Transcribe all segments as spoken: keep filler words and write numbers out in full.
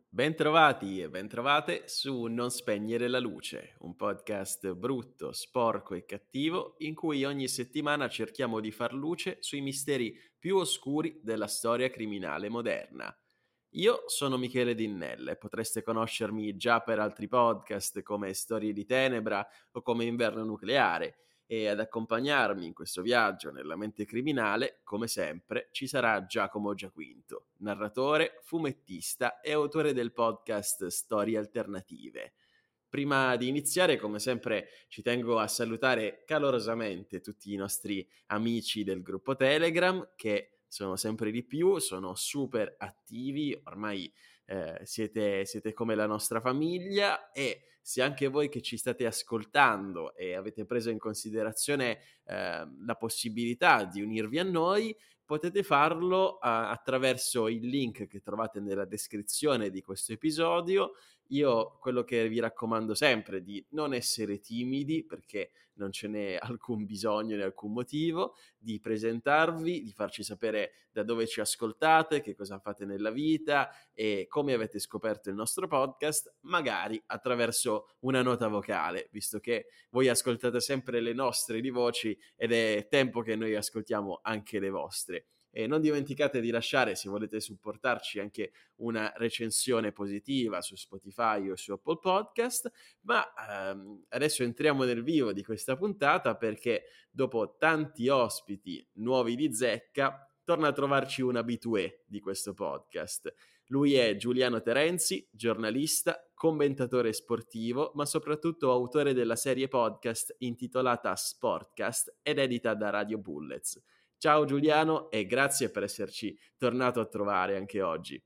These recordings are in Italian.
Bentrovati e bentrovate su Non spegnere la luce, un podcast brutto, sporco e cattivo in cui ogni settimana cerchiamo di far luce sui misteri più oscuri della storia criminale moderna. Io sono Michele Dinnelle, potreste conoscermi già per altri podcast come Storie di Tenebra o come Inverno Nucleare, e ad accompagnarmi in questo viaggio nella mente criminale, come sempre, ci sarà Giacomo Giaquinto, narratore, fumettista e autore del podcast Storie Alternative. Prima di iniziare, come sempre, ci tengo a salutare calorosamente tutti i nostri amici del gruppo Telegram, che sono sempre di più, sono super attivi, ormai eh, siete, siete come la nostra famiglia, e se anche voi che ci state ascoltando e avete preso in considerazione eh, la possibilità di unirvi a noi, potete farlo uh, attraverso il link che trovate nella descrizione di questo episodio. Io quello che vi raccomando sempre è di non essere timidi, perché non ce n'è alcun bisogno né alcun motivo, di presentarvi, di farci sapere da dove ci ascoltate, che cosa fate nella vita e come avete scoperto il nostro podcast, magari attraverso una nota vocale, visto che voi ascoltate sempre le nostre di voci ed è tempo che noi ascoltiamo anche le vostre. E non dimenticate di lasciare, se volete supportarci, anche una recensione positiva su Spotify o su Apple Podcast. Ma ehm, adesso entriamo nel vivo di questa puntata, perché dopo tanti ospiti nuovi di zecca torna a trovarci un habitué di questo podcast. Lui è Giuliano Terenzi, giornalista, commentatore sportivo, ma soprattutto autore della serie podcast intitolata Sportcast ed edita da Radio Bullets. Ciao Giuliano e grazie per esserci tornato a trovare anche oggi.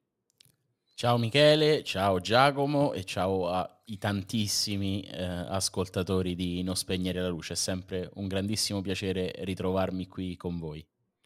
Ciao Michele, ciao Giacomo e ciao ai tantissimi eh, ascoltatori di Non spegnere la luce. È sempre un grandissimo piacere ritrovarmi qui con voi.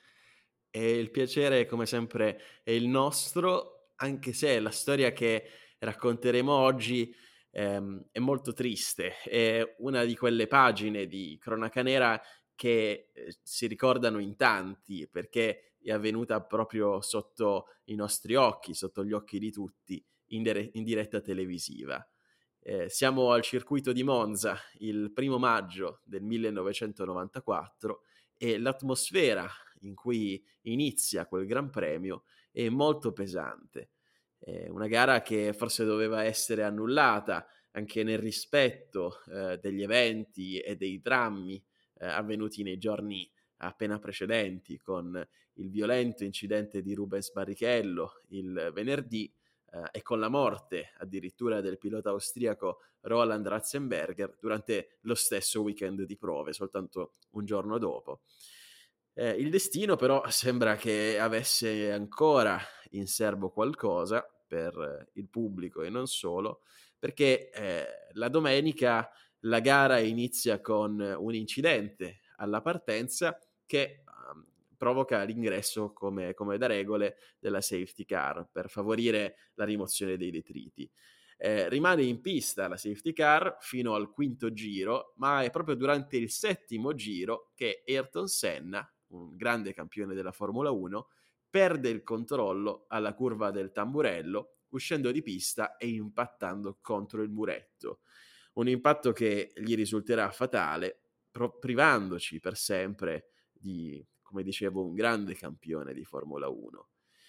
E il piacere, come sempre, è il nostro, anche se la storia che racconteremo oggi ehm, è molto triste. È una di quelle pagine di cronaca nera che eh, si ricordano in tanti, perché è avvenuta proprio sotto i nostri occhi, sotto gli occhi di tutti, in, dire- in diretta televisiva. Eh, siamo al circuito di Monza il primo maggio del millenovecentonovantaquattro e l'atmosfera in cui inizia quel Gran Premio è molto pesante. È una gara che forse doveva essere annullata anche nel rispetto eh, degli eventi e dei drammi eh, avvenuti nei giorni appena precedenti, con il violento incidente di Rubens Barrichello il venerdì eh, e con la morte addirittura del pilota austriaco Roland Ratzenberger durante lo stesso weekend di prove, soltanto un giorno dopo. Eh, il destino però sembra che avesse ancora in serbo qualcosa per il pubblico e non solo, perché eh, la domenica la gara inizia con un incidente alla partenza che um, provoca l'ingresso, come, come da regole, della safety car per favorire la rimozione dei detriti. Eh, rimane in pista la safety car fino al quinto giro, ma è proprio durante il settimo giro che Ayrton Senna, un grande campione della Formula uno, perde il controllo alla curva del Tamburello, uscendo di pista e impattando contro il muretto. Un impatto che gli risulterà fatale, privandoci per sempre di, come dicevo, un grande campione di Formula uno.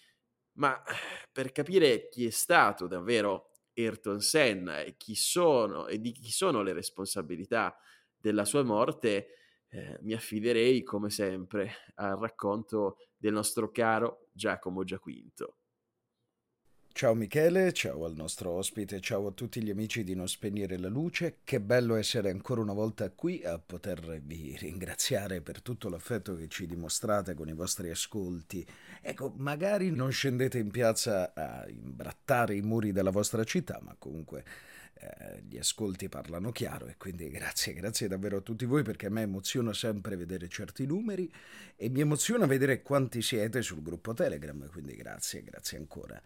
Ma per capire chi è stato davvero Ayrton Senna e chi sono e di chi sono le responsabilità della sua morte, eh, mi affiderei come sempre al racconto del nostro caro Giacomo Giaquinto. Ciao Michele, ciao al nostro ospite, ciao a tutti gli amici di Non spegnere la luce. Che bello essere ancora una volta qui a potervi ringraziare per tutto l'affetto che ci dimostrate con i vostri ascolti. Ecco, magari non scendete in piazza a imbrattare i muri della vostra città, ma comunque eh, gli ascolti parlano chiaro, e quindi grazie, grazie davvero a tutti voi, perché a me emoziona sempre vedere certi numeri e mi emoziona vedere quanti siete sul gruppo Telegram, quindi grazie, grazie ancora.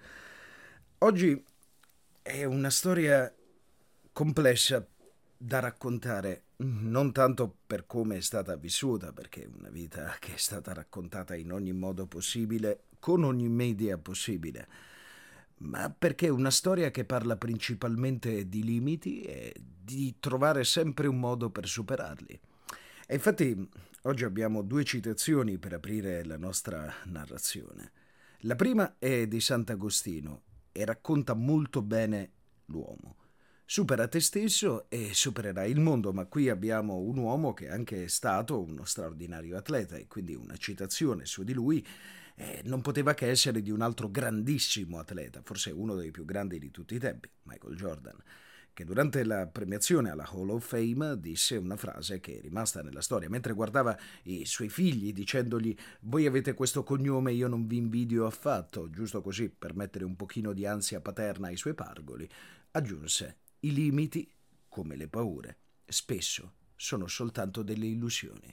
Oggi è una storia complessa da raccontare, non tanto per come è stata vissuta, perché è una vita che è stata raccontata in ogni modo possibile, con ogni media possibile, ma perché è una storia che parla principalmente di limiti e di trovare sempre un modo per superarli. E infatti oggi abbiamo due citazioni per aprire la nostra narrazione. La prima è di Sant'Agostino e racconta molto bene l'uomo. Supera te stesso e supererai il mondo, ma qui abbiamo un uomo che è anche stato uno straordinario atleta e quindi una citazione su di lui eh, non poteva che essere di un altro grandissimo atleta, forse uno dei più grandi di tutti i tempi, Michael Jordan, che durante la premiazione alla Hall of Fame disse una frase che è rimasta nella storia, mentre guardava i suoi figli dicendogli «Voi avete questo cognome, io non vi invidio affatto», giusto così per mettere un pochino di ansia paterna ai suoi pargoli, aggiunse «I limiti, come le paure, spesso sono soltanto delle illusioni».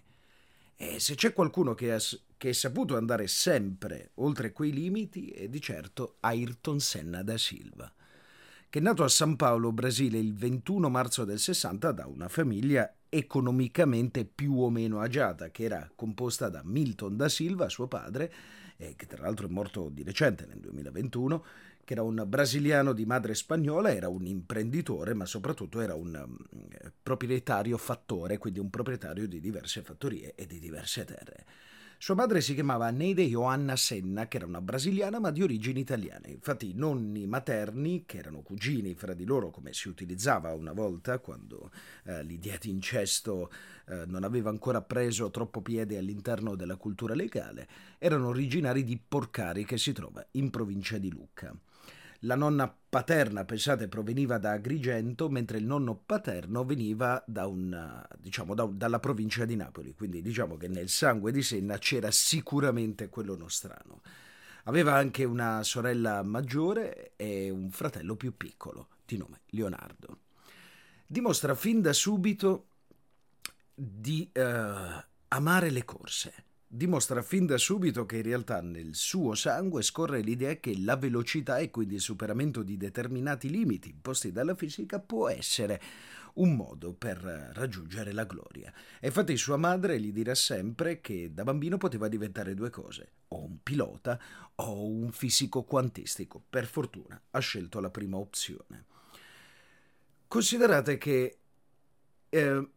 E se c'è qualcuno che, ha, che è saputo andare sempre oltre quei limiti è di certo Ayrton Senna da Silva, che è nato a San Paolo, Brasile, il ventuno marzo del sessanta da una famiglia economicamente più o meno agiata, che era composta da Milton da Silva, suo padre, eh, che tra l'altro è morto di recente nel duemilaventuno, che era un brasiliano di madre spagnola, era un imprenditore, ma soprattutto era un um, proprietario fattore, quindi un proprietario di diverse fattorie e di diverse terre. Sua madre si chiamava Neide Johanna Senna, che era una brasiliana ma di origini italiane. Infatti i nonni materni, che erano cugini fra di loro, come si utilizzava una volta, quando eh, l'idea di incesto eh, non aveva ancora preso troppo piede all'interno della cultura legale, erano originari di Porcari, che si trova in provincia di Lucca. La nonna paterna, pensate, proveniva da Agrigento, mentre il nonno paterno veniva da una, diciamo, da, dalla provincia di Napoli, quindi diciamo che nel sangue di Senna c'era sicuramente quello nostrano. Aveva anche una sorella maggiore e un fratello più piccolo, di nome Leonardo. Dimostra fin da subito di eh, amare le corse. Dimostra fin da subito che in realtà nel suo sangue scorre l'idea che la velocità e quindi il superamento di determinati limiti imposti dalla fisica può essere un modo per raggiungere la gloria. E infatti sua madre gli dirà sempre che da bambino poteva diventare due cose, o un pilota o un fisico quantistico. Per fortuna ha scelto la prima opzione. Considerate che eh,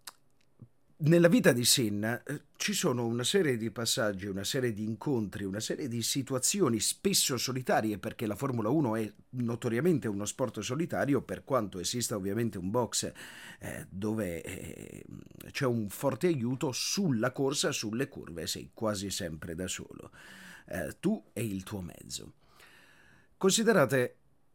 nella vita di Senna eh, ci sono una serie di passaggi, una serie di incontri, una serie di situazioni spesso solitarie, perché la Formula uno è notoriamente uno sport solitario, per quanto esista ovviamente un box eh, dove eh, c'è un forte aiuto sulla corsa, sulle curve, sei quasi sempre da solo, eh, tu e il tuo mezzo. Considerate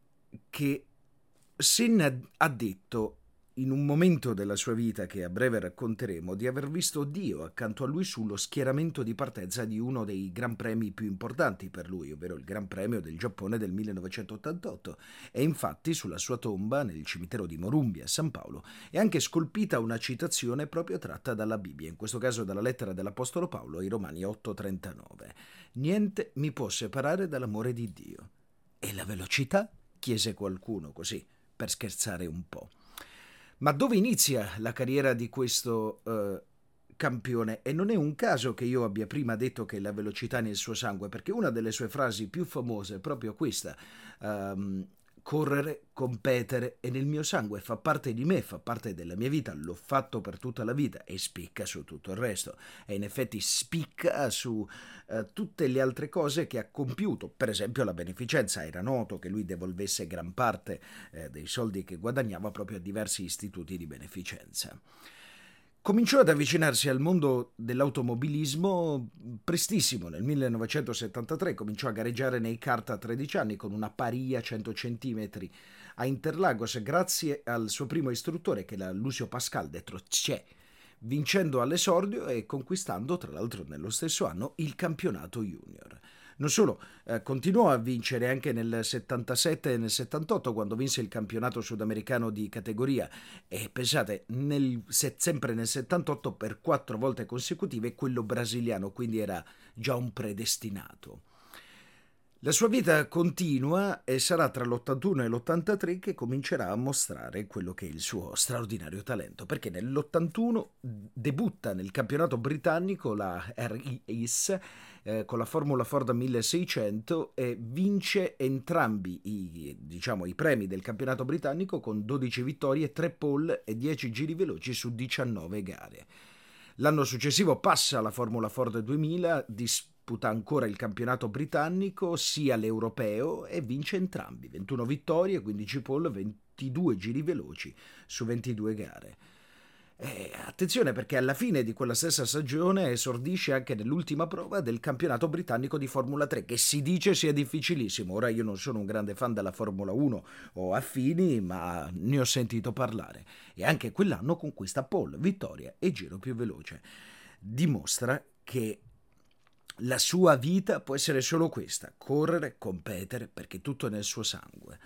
che Senna ha detto in un momento della sua vita che a breve racconteremo di aver visto Dio accanto a lui sullo schieramento di partenza di uno dei gran premi più importanti per lui, ovvero il Gran Premio del Giappone del millenovecentottantotto, e infatti sulla sua tomba nel cimitero di Morumbi a San Paolo è anche scolpita una citazione proprio tratta dalla Bibbia, in questo caso dalla lettera dell'Apostolo Paolo ai Romani otto trentanove. Niente mi può separare dall'amore di Dio. E la velocità? Chiese qualcuno così, per scherzare un po'. Ma dove inizia la carriera di questo uh, campione? E non è un caso che io abbia prima detto che la velocità è nel suo sangue, perché una delle sue frasi più famose è proprio questa: um, correre, competere è nel mio sangue, fa parte di me, fa parte della mia vita, l'ho fatto per tutta la vita, e spicca su tutto il resto. E in effetti spicca su uh, tutte le altre cose che ha compiuto. Per esempio la beneficenza, era noto che lui devolvesse gran parte eh, dei soldi che guadagnava proprio a diversi istituti di beneficenza. Cominciò ad avvicinarsi al mondo dell'automobilismo prestissimo, nel millenovecentosettantatré cominciò a gareggiare nei kart a tredici anni con una Paria cento centimetri a Interlagos grazie al suo primo istruttore, che era Lucio Pascal, detto Tchè, vincendo all'esordio e conquistando tra l'altro nello stesso anno il campionato junior. Non solo, eh, continuò a vincere anche nel settantasette e nel settantotto, quando vinse il campionato sudamericano di categoria, e pensate, nel, se, sempre nel settantotto per quattro volte consecutive quello brasiliano, quindi era già un predestinato. La sua vita continua e sarà tra l'ottantuno e l'ottantatré che comincerà a mostrare quello che è il suo straordinario talento, perché nell'ottantuno debutta nel campionato britannico la Race eh, con la Formula Ford milleseicento e vince entrambi i, diciamo, i premi del campionato britannico con dodici vittorie, tre pole e dieci giri veloci su diciannove gare. L'anno successivo passa alla Formula Ford duemila, disputa ancora il campionato britannico sia l'europeo e vince entrambi, ventuno vittorie, quindici pole, ventidue giri veloci su ventidue gare. E attenzione, perché alla fine di quella stessa stagione esordisce anche nell'ultima prova del campionato britannico di Formula tre, che si dice sia difficilissimo. Ora io non sono un grande fan della Formula uno o affini, ma ne ho sentito parlare. E anche quell'anno conquista pole, vittoria e giro più veloce. Dimostra che la sua vita può essere solo questa: correre, competere, perché tutto è nel suo sangue.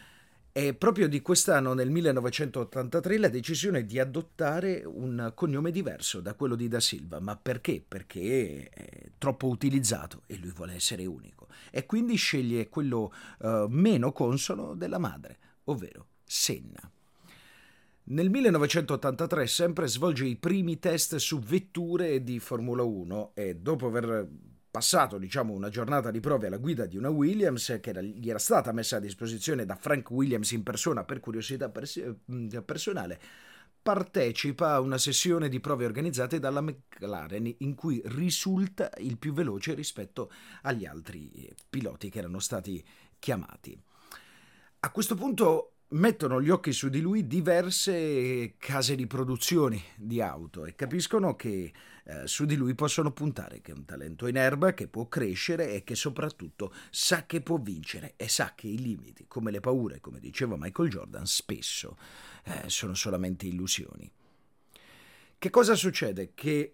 È proprio di quest'anno, nel millenovecentottantatré, la decisione di adottare un cognome diverso da quello di Da Silva. Ma perché? Perché è troppo utilizzato e lui vuole essere unico. E quindi sceglie quello uh, meno consono della madre, ovvero Senna. Nel millenovecentottantatré sempre svolge i primi test su vetture di Formula uno e dopo aver passato, diciamo, una giornata di prove alla guida di una Williams che era, gli era stata messa a disposizione da Frank Williams in persona per curiosità pers- personale, partecipa a una sessione di prove organizzate dalla McLaren in cui risulta il più veloce rispetto agli altri piloti che erano stati chiamati. A questo punto mettono gli occhi su di lui diverse case di produzione di auto e capiscono che eh, su di lui possono puntare, che è un talento in erba, che può crescere e che soprattutto sa che può vincere e sa che i limiti, come le paure, come diceva Michael Jordan, spesso eh, sono solamente illusioni. Che cosa succede? Che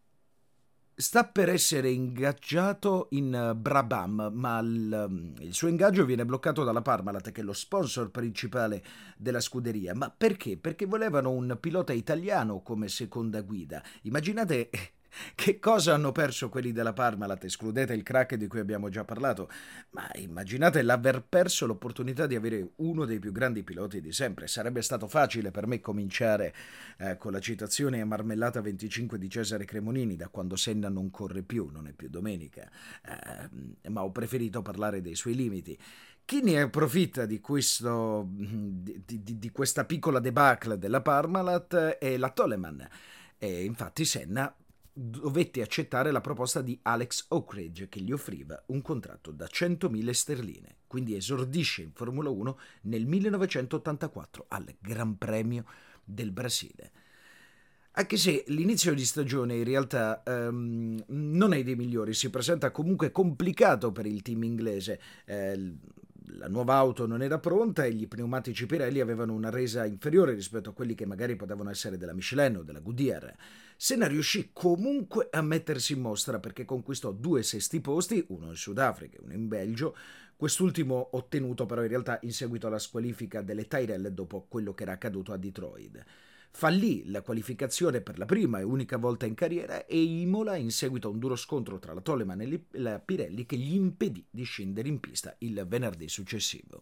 sta per essere ingaggiato in Brabham, ma il, il suo ingaggio viene bloccato dalla Parmalat, che è lo sponsor principale della scuderia. Ma perché? Perché volevano un pilota italiano come seconda guida. Immaginate che cosa hanno perso quelli della Parmalat, escludete il crack di cui abbiamo già parlato, ma immaginate l'aver perso l'opportunità di avere uno dei più grandi piloti di sempre. Sarebbe stato facile per me cominciare eh, con la citazione a marmellata venticinque di Cesare Cremonini, da quando Senna non corre più, non è più domenica, eh, ma ho preferito parlare dei suoi limiti. Chi ne approfitta di, questo, di, di, di questa piccola debacle della Parmalat è la Toleman, e infatti Senna dovette accettare la proposta di Alex Oakridge, che gli offriva un contratto da centomila sterline. Quindi esordisce in Formula uno nel millenovecentottantaquattro al Gran Premio del Brasile. Anche se l'inizio di stagione in realtà um, non è dei migliori, si presenta comunque complicato per il team inglese. Eh, la nuova auto non era pronta e gli pneumatici Pirelli avevano una resa inferiore rispetto a quelli che magari potevano essere della Michelin o della Goodyear. Senna riuscì comunque a mettersi in mostra perché conquistò due sesti posti, uno in Sudafrica e uno in Belgio, quest'ultimo ottenuto però in realtà in seguito alla squalifica delle Tyrrell dopo quello che era accaduto a Detroit. Fallì la qualificazione per la prima e unica volta in carriera e Imola in seguito a un duro scontro tra la Toleman e la Pirelli che gli impedì di scendere in pista il venerdì successivo.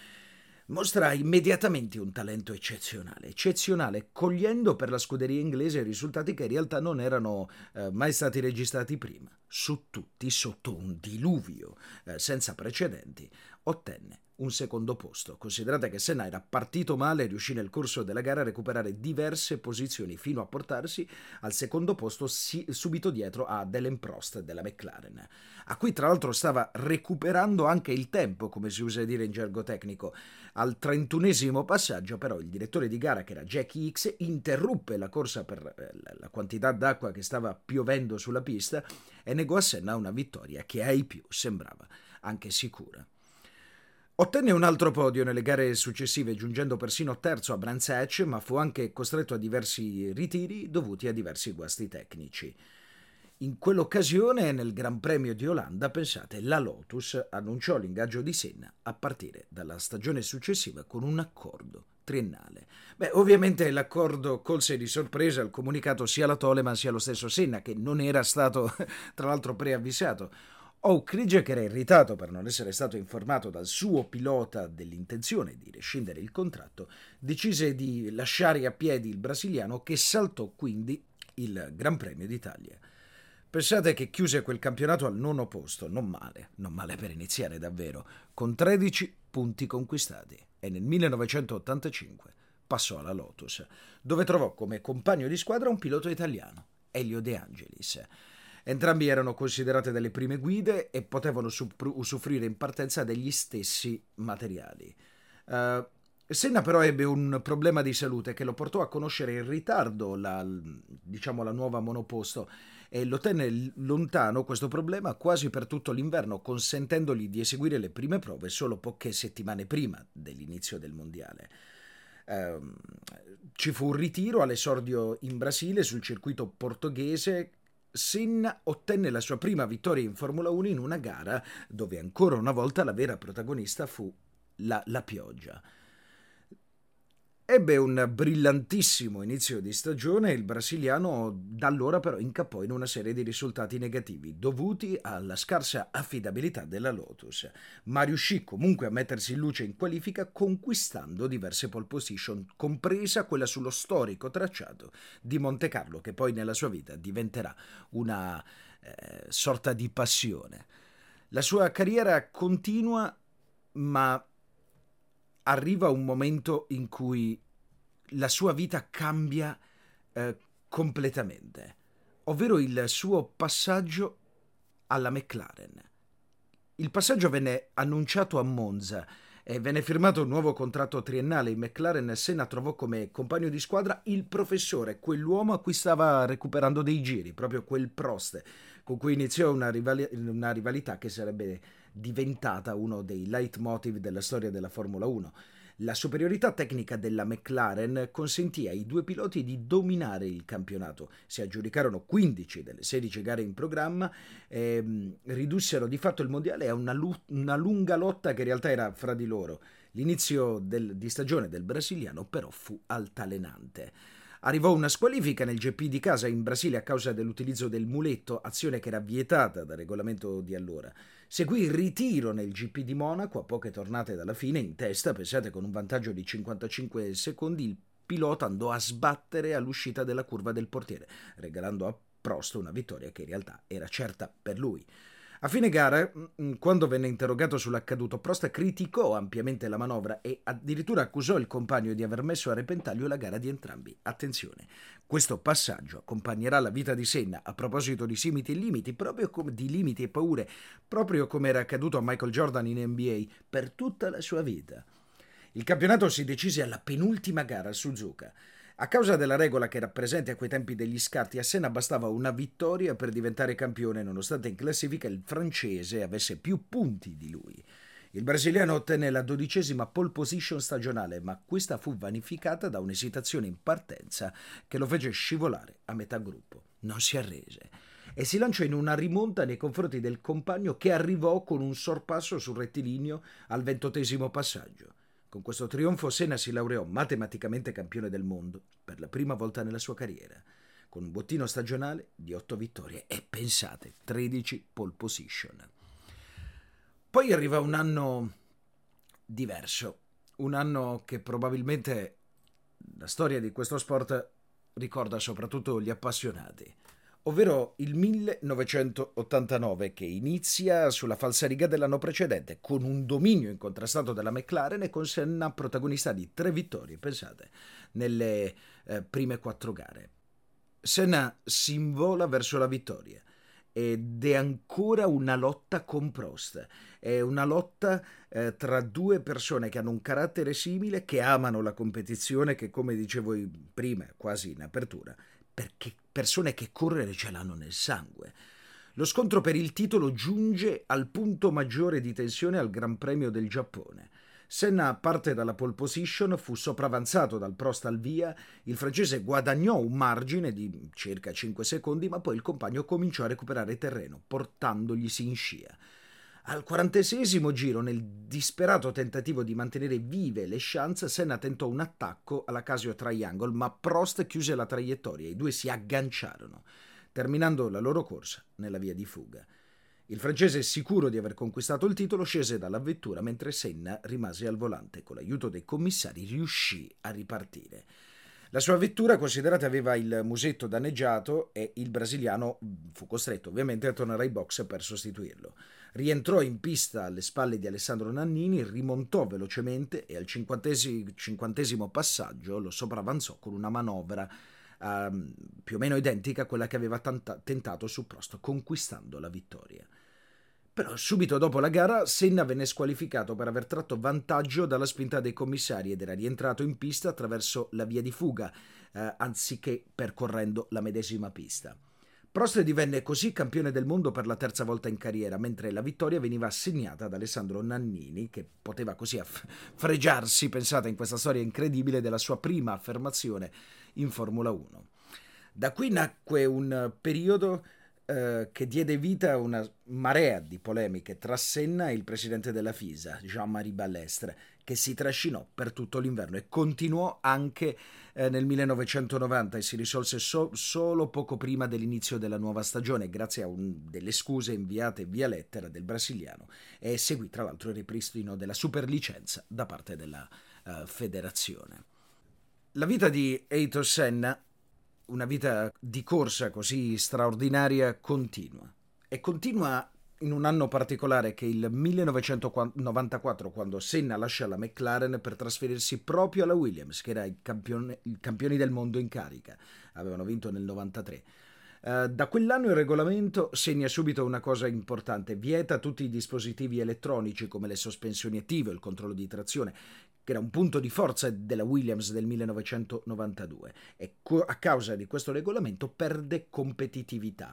Mostra immediatamente un talento eccezionale, eccezionale, cogliendo per la scuderia inglese risultati che in realtà non erano eh, mai stati registrati prima. Su tutti, sotto un diluvio eh, senza precedenti, ottenne un secondo posto. Considerate che Senna era partito male e riuscì nel corso della gara a recuperare diverse posizioni fino a portarsi al secondo posto si, subito dietro a Alain Prost della McLaren, a cui tra l'altro stava recuperando anche il tempo, come si usa dire in gergo tecnico. Al trentunesimo passaggio però il direttore di gara, che era Jackie X, interruppe la corsa per la quantità d'acqua che stava piovendo sulla pista e negò a Senna una vittoria che ai più sembrava anche sicura. Ottenne un altro podio nelle gare successive, giungendo persino terzo a Brands Hatch, ma fu anche costretto a diversi ritiri dovuti a diversi guasti tecnici. In quell'occasione, nel Gran Premio di Olanda, pensate, la Lotus annunciò l'ingaggio di Senna a partire dalla stagione successiva con un accordo triennale. Beh, ovviamente l'accordo colse di sorpresa il comunicato sia la Toleman sia lo stesso Senna, che non era stato tra l'altro preavvisato. Oakridge, che era irritato per non essere stato informato dal suo pilota dell'intenzione di rescindere il contratto, decise di lasciare a piedi il brasiliano, che saltò quindi il Gran Premio d'Italia. Pensate che chiuse quel campionato al nono posto, non male, non male per iniziare davvero, con tredici punti conquistati, e nel millenovecentottantacinque passò alla Lotus, dove trovò come compagno di squadra un pilota italiano, Elio De Angelis. Entrambi erano considerate delle prime guide e potevano usufruire in partenza degli stessi materiali. Uh, Senna però ebbe un problema di salute che lo portò a conoscere in ritardo la, diciamo, la nuova monoposto, e lo tenne lontano questo problema quasi per tutto l'inverno, consentendogli di eseguire le prime prove solo poche settimane prima dell'inizio del mondiale. Uh, ci fu un ritiro all'esordio in Brasile sul circuito portoghese. Senna ottenne la sua prima vittoria in Formula uno in una gara dove ancora una volta la vera protagonista fu la, la pioggia. Ebbe un brillantissimo inizio di stagione. Il brasiliano da allora però incappò in una serie di risultati negativi dovuti alla scarsa affidabilità della Lotus, ma riuscì comunque a mettersi in luce in qualifica, conquistando diverse pole position, compresa quella sullo storico tracciato di Monte Carlo, che poi nella sua vita diventerà una eh, sorta di passione. La sua carriera continua, ma arriva un momento in cui la sua vita cambia eh, completamente, ovvero il suo passaggio alla McLaren. Il passaggio venne annunciato a Monza e venne firmato un nuovo contratto triennale in McLaren. Senna trovò come compagno di squadra il professore, quell'uomo a cui stava recuperando dei giri, proprio quel Prost, con cui iniziò una, rivali- una rivalità che sarebbe diventata uno dei leitmotiv della storia della Formula uno. La superiorità tecnica della McLaren consentì ai due piloti di dominare il campionato. Si aggiudicarono quindici delle sedici gare in programma e mh, ridussero di fatto il mondiale a una, lu- una lunga lotta che in realtà era fra di loro. L'inizio del, di stagione del brasiliano però fu altalenante. Arrivò una squalifica nel G P di casa in Brasile a causa dell'utilizzo del muletto, azione che era vietata dal regolamento di allora. Seguì il ritiro nel G P di Monaco a poche tornate dalla fine. In testa, pensate, con un vantaggio di cinquantacinque secondi, il pilota andò a sbattere all'uscita della curva del portiere, regalando a Prost una vittoria che in realtà era certa per lui. A fine gara, quando venne interrogato sull'accaduto, Prost criticò ampiamente la manovra e addirittura accusò il compagno di aver messo a repentaglio la gara di entrambi. Attenzione, questo passaggio accompagnerà la vita di Senna a proposito di simili e limiti, proprio come di limiti e paure, proprio come era accaduto a Michael Jordan in N B A, per tutta la sua vita. Il campionato si decise alla penultima gara a Suzuka. A causa della regola che era presente a quei tempi degli scarti, a Senna bastava una vittoria per diventare campione, nonostante in classifica il francese avesse più punti di lui. Il brasiliano ottenne la dodicesima pole position stagionale, ma questa fu vanificata da un'esitazione in partenza che lo fece scivolare a metà gruppo. Non si arrese e si lanciò in una rimonta nei confronti del compagno, che arrivò con un sorpasso sul rettilineo al ventottesimo passaggio. Con questo trionfo Senna si laureò matematicamente campione del mondo per la prima volta nella sua carriera, con un bottino stagionale di otto vittorie e, pensate, tredici pole position. Poi arriva un anno diverso, un anno che probabilmente la storia di questo sport ricorda soprattutto gli appassionati, ovvero il millenovecentottantanove, che inizia sulla falsariga dell'anno precedente, con un dominio incontrastato della McLaren e con Senna protagonista di tre vittorie, pensate, nelle eh, prime quattro gare. Senna si invola verso la vittoria ed è ancora una lotta con Prost. È una lotta eh, tra due persone che hanno un carattere simile, che amano la competizione, che, come dicevo prima, quasi in apertura, perché persone che correre ce l'hanno nel sangue. Lo scontro per il titolo giunge al punto maggiore di tensione al Gran Premio del Giappone. Senna parte dalla pole position, fu sopravanzato dal Prost al via, il francese guadagnò un margine di circa cinque secondi, ma poi il compagno cominciò a recuperare terreno, portandoglisi in scia. Al quarantaseiesimo giro, nel disperato tentativo di mantenere vive le chance, Senna tentò un attacco alla Casio Triangle, ma Prost chiuse la traiettoria e i due si agganciarono, terminando la loro corsa nella via di fuga. Il francese, sicuro di aver conquistato il titolo, scese dalla vettura mentre Senna rimase al volante. Con l'aiuto dei commissari riuscì a ripartire. La sua vettura, considerata, aveva il musetto danneggiato e il brasiliano fu costretto ovviamente a tornare ai box per sostituirlo. Rientrò in pista alle spalle di Alessandro Nannini, rimontò velocemente e al cinquantesimo passaggio lo sopravanzò con una manovra uh, più o meno identica a quella che aveva tanta- tentato su Prost, conquistando la vittoria. Però subito dopo la gara Senna venne squalificato per aver tratto vantaggio dalla spinta dei commissari ed era rientrato in pista attraverso la via di fuga, eh, anziché percorrendo la medesima pista. Prost divenne così campione del mondo per la terza volta in carriera, mentre la vittoria veniva assegnata ad Alessandro Nannini, che poteva così aff- fregiarsi, pensate, in questa storia incredibile, della sua prima affermazione in Formula uno. Da qui nacque un periodo che diede vita a una marea di polemiche tra Senna e il presidente della FISA, Jean-Marie Balestre, che si trascinò per tutto l'inverno e continuò anche eh, nel millenovecentonovanta e si risolse so- solo poco prima dell'inizio della nuova stagione, grazie a un, delle scuse inviate via lettera del brasiliano, e seguì tra l'altro il ripristino della superlicenza da parte della uh, federazione. La vita di Ayrton Senna, una vita di corsa così straordinaria, continua. E continua in un anno particolare, che è il millenovecentonovantaquattro, quando Senna lascia la McLaren per trasferirsi proprio alla Williams, che era i campioni, i campioni del mondo in carica. Avevano vinto nel novantatré. Uh, da quell'anno il regolamento segna subito una cosa importante: vieta tutti i dispositivi elettronici come le sospensioni attive o il controllo di trazione, che era un punto di forza della Williams del millenovecentonovantadue, e co- a causa di questo regolamento perde competitività.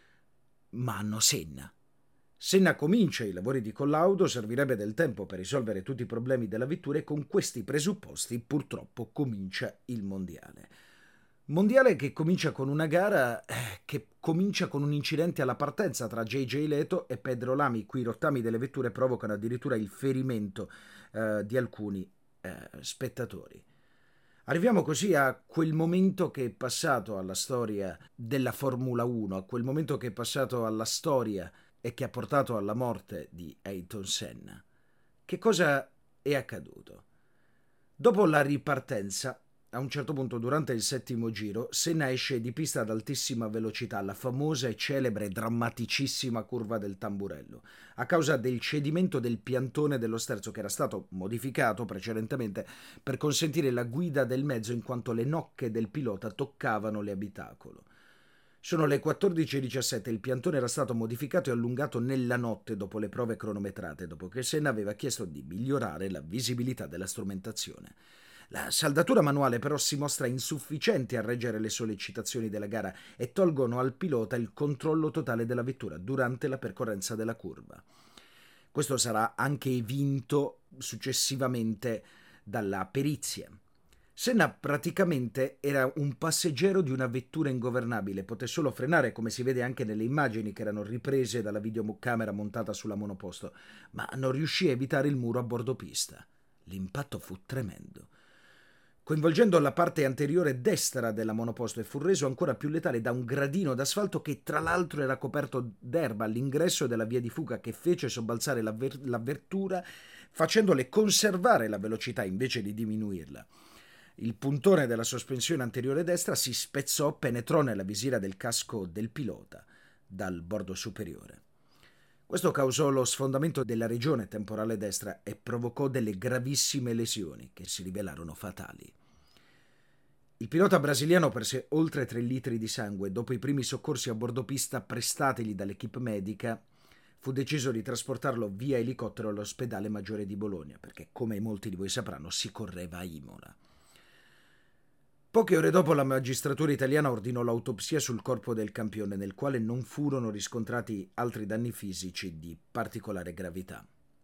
Ma hanno Senna. Senna comincia i lavori di collaudo, servirebbe del tempo per risolvere tutti i problemi della vettura e con questi presupposti purtroppo comincia il mondiale. Mondiale che comincia con una gara eh, che comincia con un incidente alla partenza tra J J Leto e Pedro Lamy, cui i rottami delle vetture provocano addirittura il ferimento eh, di alcuni eh, spettatori. Arriviamo così a quel momento che è passato alla storia della Formula uno, a quel momento che è passato alla storia e che ha portato alla morte di Ayrton Senna. Che cosa è accaduto? Dopo la ripartenza, a un certo punto durante il settimo giro, Senna esce di pista ad altissima velocità, la famosa e celebre e drammaticissima curva del tamburello, a causa del cedimento del piantone dello sterzo, che era stato modificato precedentemente per consentire la guida del mezzo in quanto le nocche del pilota toccavano l'abitacolo. Sono le quattordici e diciassette, il piantone era stato modificato e allungato nella notte dopo le prove cronometrate, dopo che Senna aveva chiesto di migliorare la visibilità della strumentazione. La saldatura manuale però si mostra insufficiente a reggere le sollecitazioni della gara e tolgono al pilota il controllo totale della vettura durante la percorrenza della curva. Questo sarà anche evinto successivamente dalla perizia. Senna praticamente era un passeggero di una vettura ingovernabile, poté solo frenare, come si vede anche nelle immagini che erano riprese dalla videocamera montata sulla monoposto, ma non riuscì a evitare il muro a bordo pista. L'impatto fu tremendo, coinvolgendo la parte anteriore destra della monoposto, e fu reso ancora più letale da un gradino d'asfalto che tra l'altro era coperto d'erba all'ingresso della via di fuga, che fece sobbalzare la, ver- la vettura, facendole conservare la velocità invece di diminuirla. Il puntone della sospensione anteriore destra si spezzò, penetrò nella visiera del casco del pilota dal bordo superiore. Questo causò lo sfondamento della regione temporale destra e provocò delle gravissime lesioni che si rivelarono fatali. Il pilota brasiliano perse oltre tre litri di sangue. Dopo i primi soccorsi a bordo pista prestatigli dall'equipe medica, fu deciso di trasportarlo via elicottero all'ospedale Maggiore di Bologna, perché, come molti di voi sapranno, si correva a Imola. Poche ore dopo la magistratura italiana ordinò l'autopsia sul corpo del campione, nel quale non furono riscontrati altri danni fisici di particolare gravità.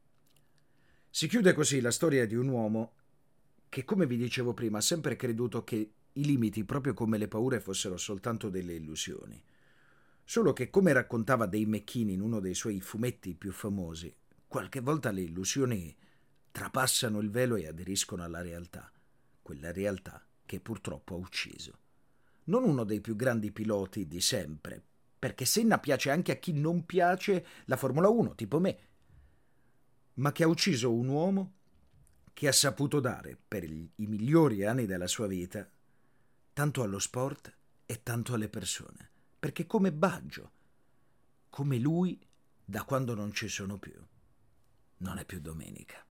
Si chiude così la storia di un uomo che, come vi dicevo prima, ha sempre creduto che i limiti, proprio come le paure, fossero soltanto delle illusioni. Solo che, come raccontava Dave McKean in uno dei suoi fumetti più famosi, qualche volta le illusioni trapassano il velo e aderiscono alla realtà, quella realtà che purtroppo ha ucciso non uno dei più grandi piloti di sempre, perché Senna piace anche a chi non piace la Formula uno, tipo me, ma che ha ucciso un uomo che ha saputo dare per i migliori anni della sua vita tanto allo sport e tanto alle persone, perché come Baggio, come lui, da quando non ci sono più, non è più domenica.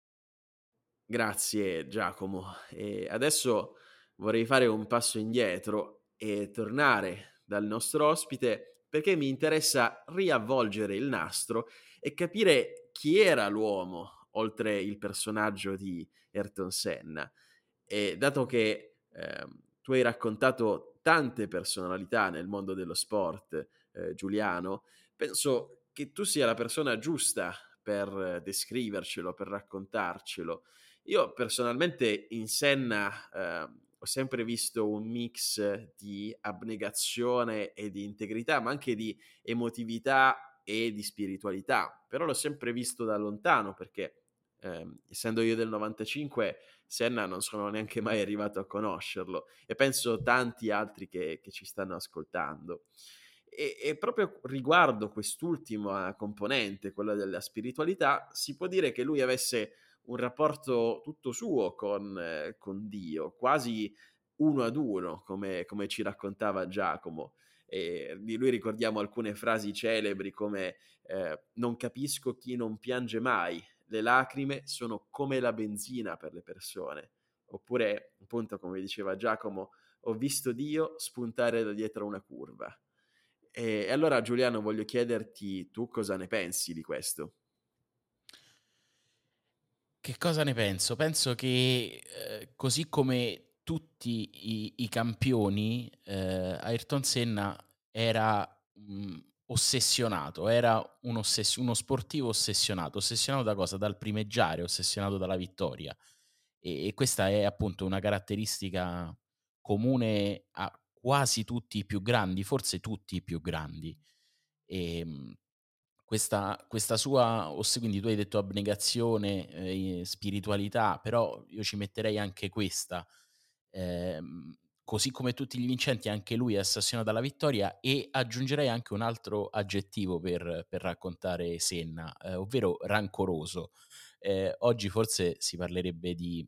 Grazie Giacomo. E adesso vorrei fare un passo indietro e tornare dal nostro ospite perché mi interessa riavvolgere il nastro e capire chi era l'uomo oltre il personaggio di Ayrton Senna. E dato che ehm, tu hai raccontato tante personalità nel mondo dello sport, eh, Giuliano, penso che tu sia la persona giusta per eh, descrivercelo, per raccontarcelo. Io personalmente in Senna ehm, ho sempre visto un mix di abnegazione e di integrità, ma anche di emotività e di spiritualità, però l'ho sempre visto da lontano perché ehm, essendo io del novantacinque Senna non sono neanche mai arrivato a conoscerlo e penso tanti altri che, che ci stanno ascoltando. E, e proprio riguardo quest'ultima componente, quella della spiritualità, si può dire che lui avesse un rapporto tutto suo con, eh, con Dio, quasi uno ad uno, come, come ci raccontava Giacomo. E di lui ricordiamo alcune frasi celebri come eh, non capisco chi non piange mai, le lacrime sono come la benzina per le persone. Oppure, appunto, come diceva Giacomo, ho visto Dio spuntare da dietro una curva. E allora, Giuliano, voglio chiederti tu cosa ne pensi di questo? Che cosa ne penso? Penso che, ehm, così come tutti i i campioni, ehm, Ayrton Senna era, mhmm, ossessionato, era un ossess uno sportivo ossessionato. Ossessionato da cosa? Dal primeggiare, ossessionato dalla vittoria. E e questa è appunto una caratteristica comune a quasi tutti i più grandi, forse tutti i più grandi. Ehm questa questa sua osse quindi tu hai detto abnegazione, ehm, spiritualità, però io ci metterei anche questa, ehm, così come tutti gli vincenti anche lui è ossessionato dalla vittoria e aggiungerei anche un altro aggettivo per per raccontare Senna, ehm, ovvero rancoroso. Ehm, oggi forse si parlerebbe di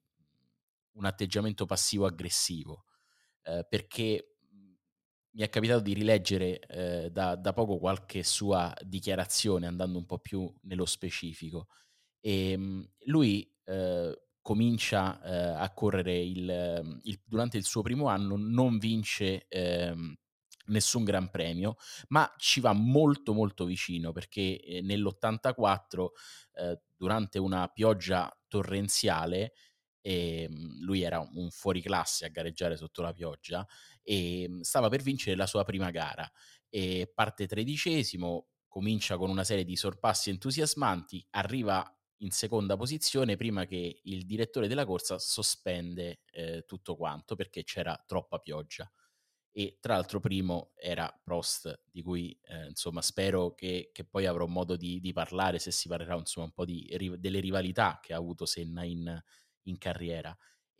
un atteggiamento passivo-aggressivo, ehm, perché, mhmm, mi è capitato di rileggere, ehm, da da poco qualche sua dichiarazione, andando un po' più nello specifico. Ehm, lui, ehm, comincia, ehm, a correre il mhmm, il durante il suo primo anno non vince, ehm, nessun gran premio, ma ci va molto, molto vicino perché, ehm, nell'ottantaquattro, ehm, durante una pioggia torrenziale, ehm, lui era un fuoriclasse a gareggiare sotto la pioggia, ehm, stava per vincere la sua prima gara e parte tredicesimo, comincia con una serie di sorpassi entusiasmanti, arriva in seconda posizione prima che il direttore della corsa sospende, ehm, tutto quanto perché c'era troppa pioggia. E tra l'altro primo era Prost, di cui, ehm, insomma spero che che poi avrò modo di di parlare, se si parlerà insomma un po' di ri delle rivalità che ha avuto Senna in in carriera.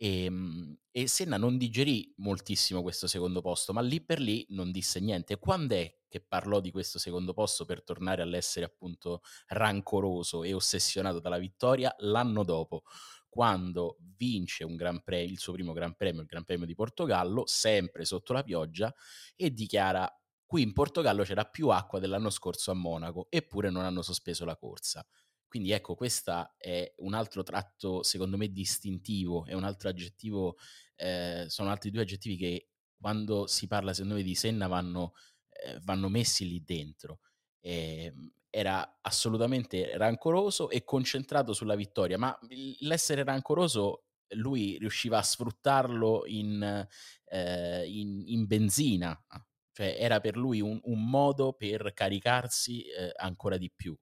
Ehm, e Senna non digerì moltissimo questo secondo posto, ma lì per lì non disse niente. Quand'è che parlò di questo secondo posto per tornare all'essere appunto rancoroso e ossessionato dalla vittoria? L'anno dopo, quando vince un gran pre il suo primo Gran Premio, il Gran Premio di Portogallo, sempre sotto la pioggia, e dichiara: "Qui in Portogallo c'era più acqua dell'anno scorso a Monaco, eppure non hanno sospeso la corsa". Quindi ecco, questa è un altro tratto secondo me distintivo, è un altro aggettivo, ehm, sono altri due aggettivi che quando si parla secondo me di Senna vanno ehm, vanno messi lì dentro. Ehm, era assolutamente rancoroso e concentrato sulla vittoria, ma il l'essere rancoroso lui riusciva a sfruttarlo in ehm, in in benzina, a cioè era per lui un un modo per caricarsi, ehm, ancora di più.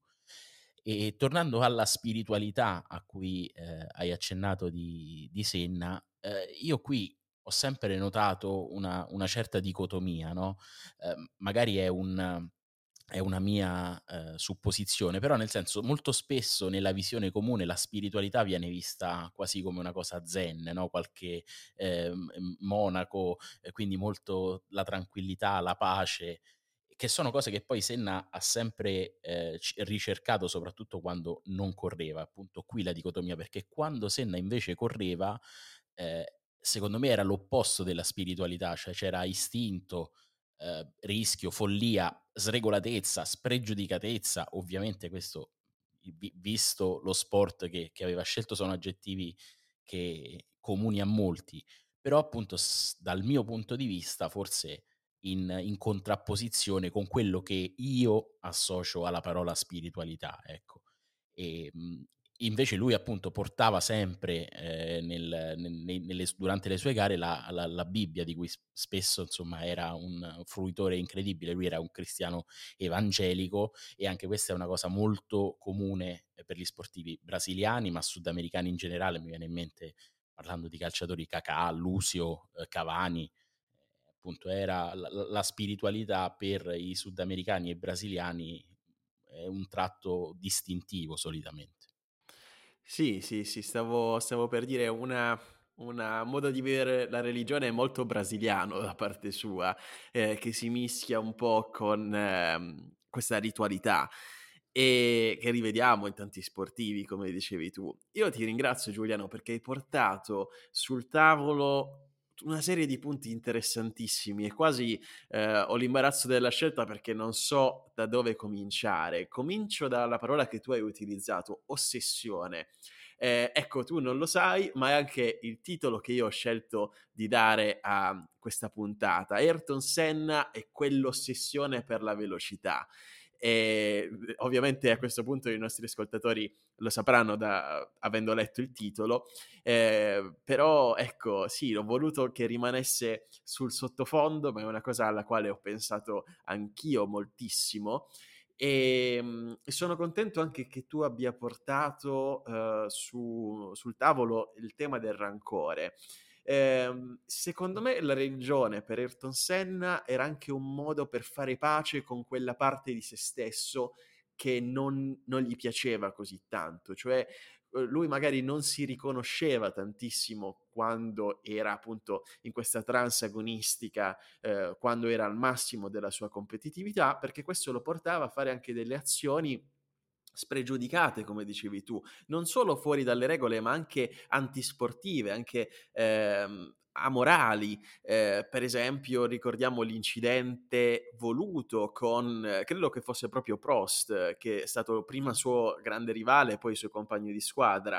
E tornando alla spiritualità a cui, ehm, hai accennato di di Senna, ehm, io qui ho sempre notato una una certa dicotomia, no, ehm, magari è un è una mia, ehm, supposizione, però nel senso molto spesso nella visione comune la spiritualità viene vista quasi come una cosa zen, no, qualche, ehm, m monaco, e quindi molto la tranquillità, la pace. che sono cose che poi Senna ha sempre eh, c- ricercato, soprattutto quando non correva. Appunto, qui la dicotomia, perché quando Senna invece correva, eh, secondo me era l'opposto della spiritualità, cioè c'era istinto, eh, rischio, follia, sregolatezza, spregiudicatezza. Ovviamente questo, vi- visto lo sport che, che aveva scelto, sono aggettivi che comuni a molti, però appunto s- dal mio punto di vista forse in, in contrapposizione con quello che io associo alla parola spiritualità, ecco. E, mh, invece lui appunto portava sempre eh, nel- nel- nei- nelle- durante le sue gare la, la- la Bibbia, di cui s- spesso insomma era un fruitore incredibile. Lui era un cristiano evangelico, e anche questa è una cosa molto comune eh, per gli sportivi brasiliani, ma sudamericani in generale. Mi viene in mente, parlando di calciatori, Kaká, Lucio, eh, Cavani. Eh, appunto era la, la- la spiritualità per i sudamericani e brasiliani è un tratto distintivo solitamente. Sì, sì, sì, stavo, stavo per dire una, una modo di vedere la religione molto brasiliano da parte sua, eh, che si mischia un po' con ehm, questa ritualità e che rivediamo in tanti sportivi, come dicevi tu. Io ti ringrazio, Giuliano, perché hai portato sul tavolo una serie di punti interessantissimi e quasi eh, ho l'imbarazzo della scelta perché non so da dove cominciare. Comincio dalla parola che tu hai utilizzato, ossessione. Eh, ecco, tu non lo sai, ma è anche il titolo che io ho scelto di dare a questa puntata. Ayrton Senna e quell'ossessione per la velocità. E ovviamente a questo punto i nostri ascoltatori lo sapranno da, avendo letto il titolo, eh, però ecco, sì, ho voluto che rimanesse sul sottofondo, ma è una cosa alla quale ho pensato anch'io moltissimo. E, mh, e sono contento anche che tu abbia portato eh, su- sul tavolo il tema del rancore. Ehm, secondo me la religione per Ayrton Senna era anche un modo per fare pace con quella parte di se stesso che non, non gli piaceva così tanto, cioè eh, lui magari non si riconosceva tantissimo quando era appunto in questa trance agonistica, eh, quando era al massimo della sua competitività, perché questo lo portava a fare anche delle azioni spregiudicate, come dicevi tu, non solo fuori dalle regole, ma anche antisportive, anche ehm, amorali. Eh, per esempio, ricordiamo l'incidente voluto con, eh, credo che fosse proprio Prost, eh, che è stato prima suo grande rivale, poi suo compagno di squadra.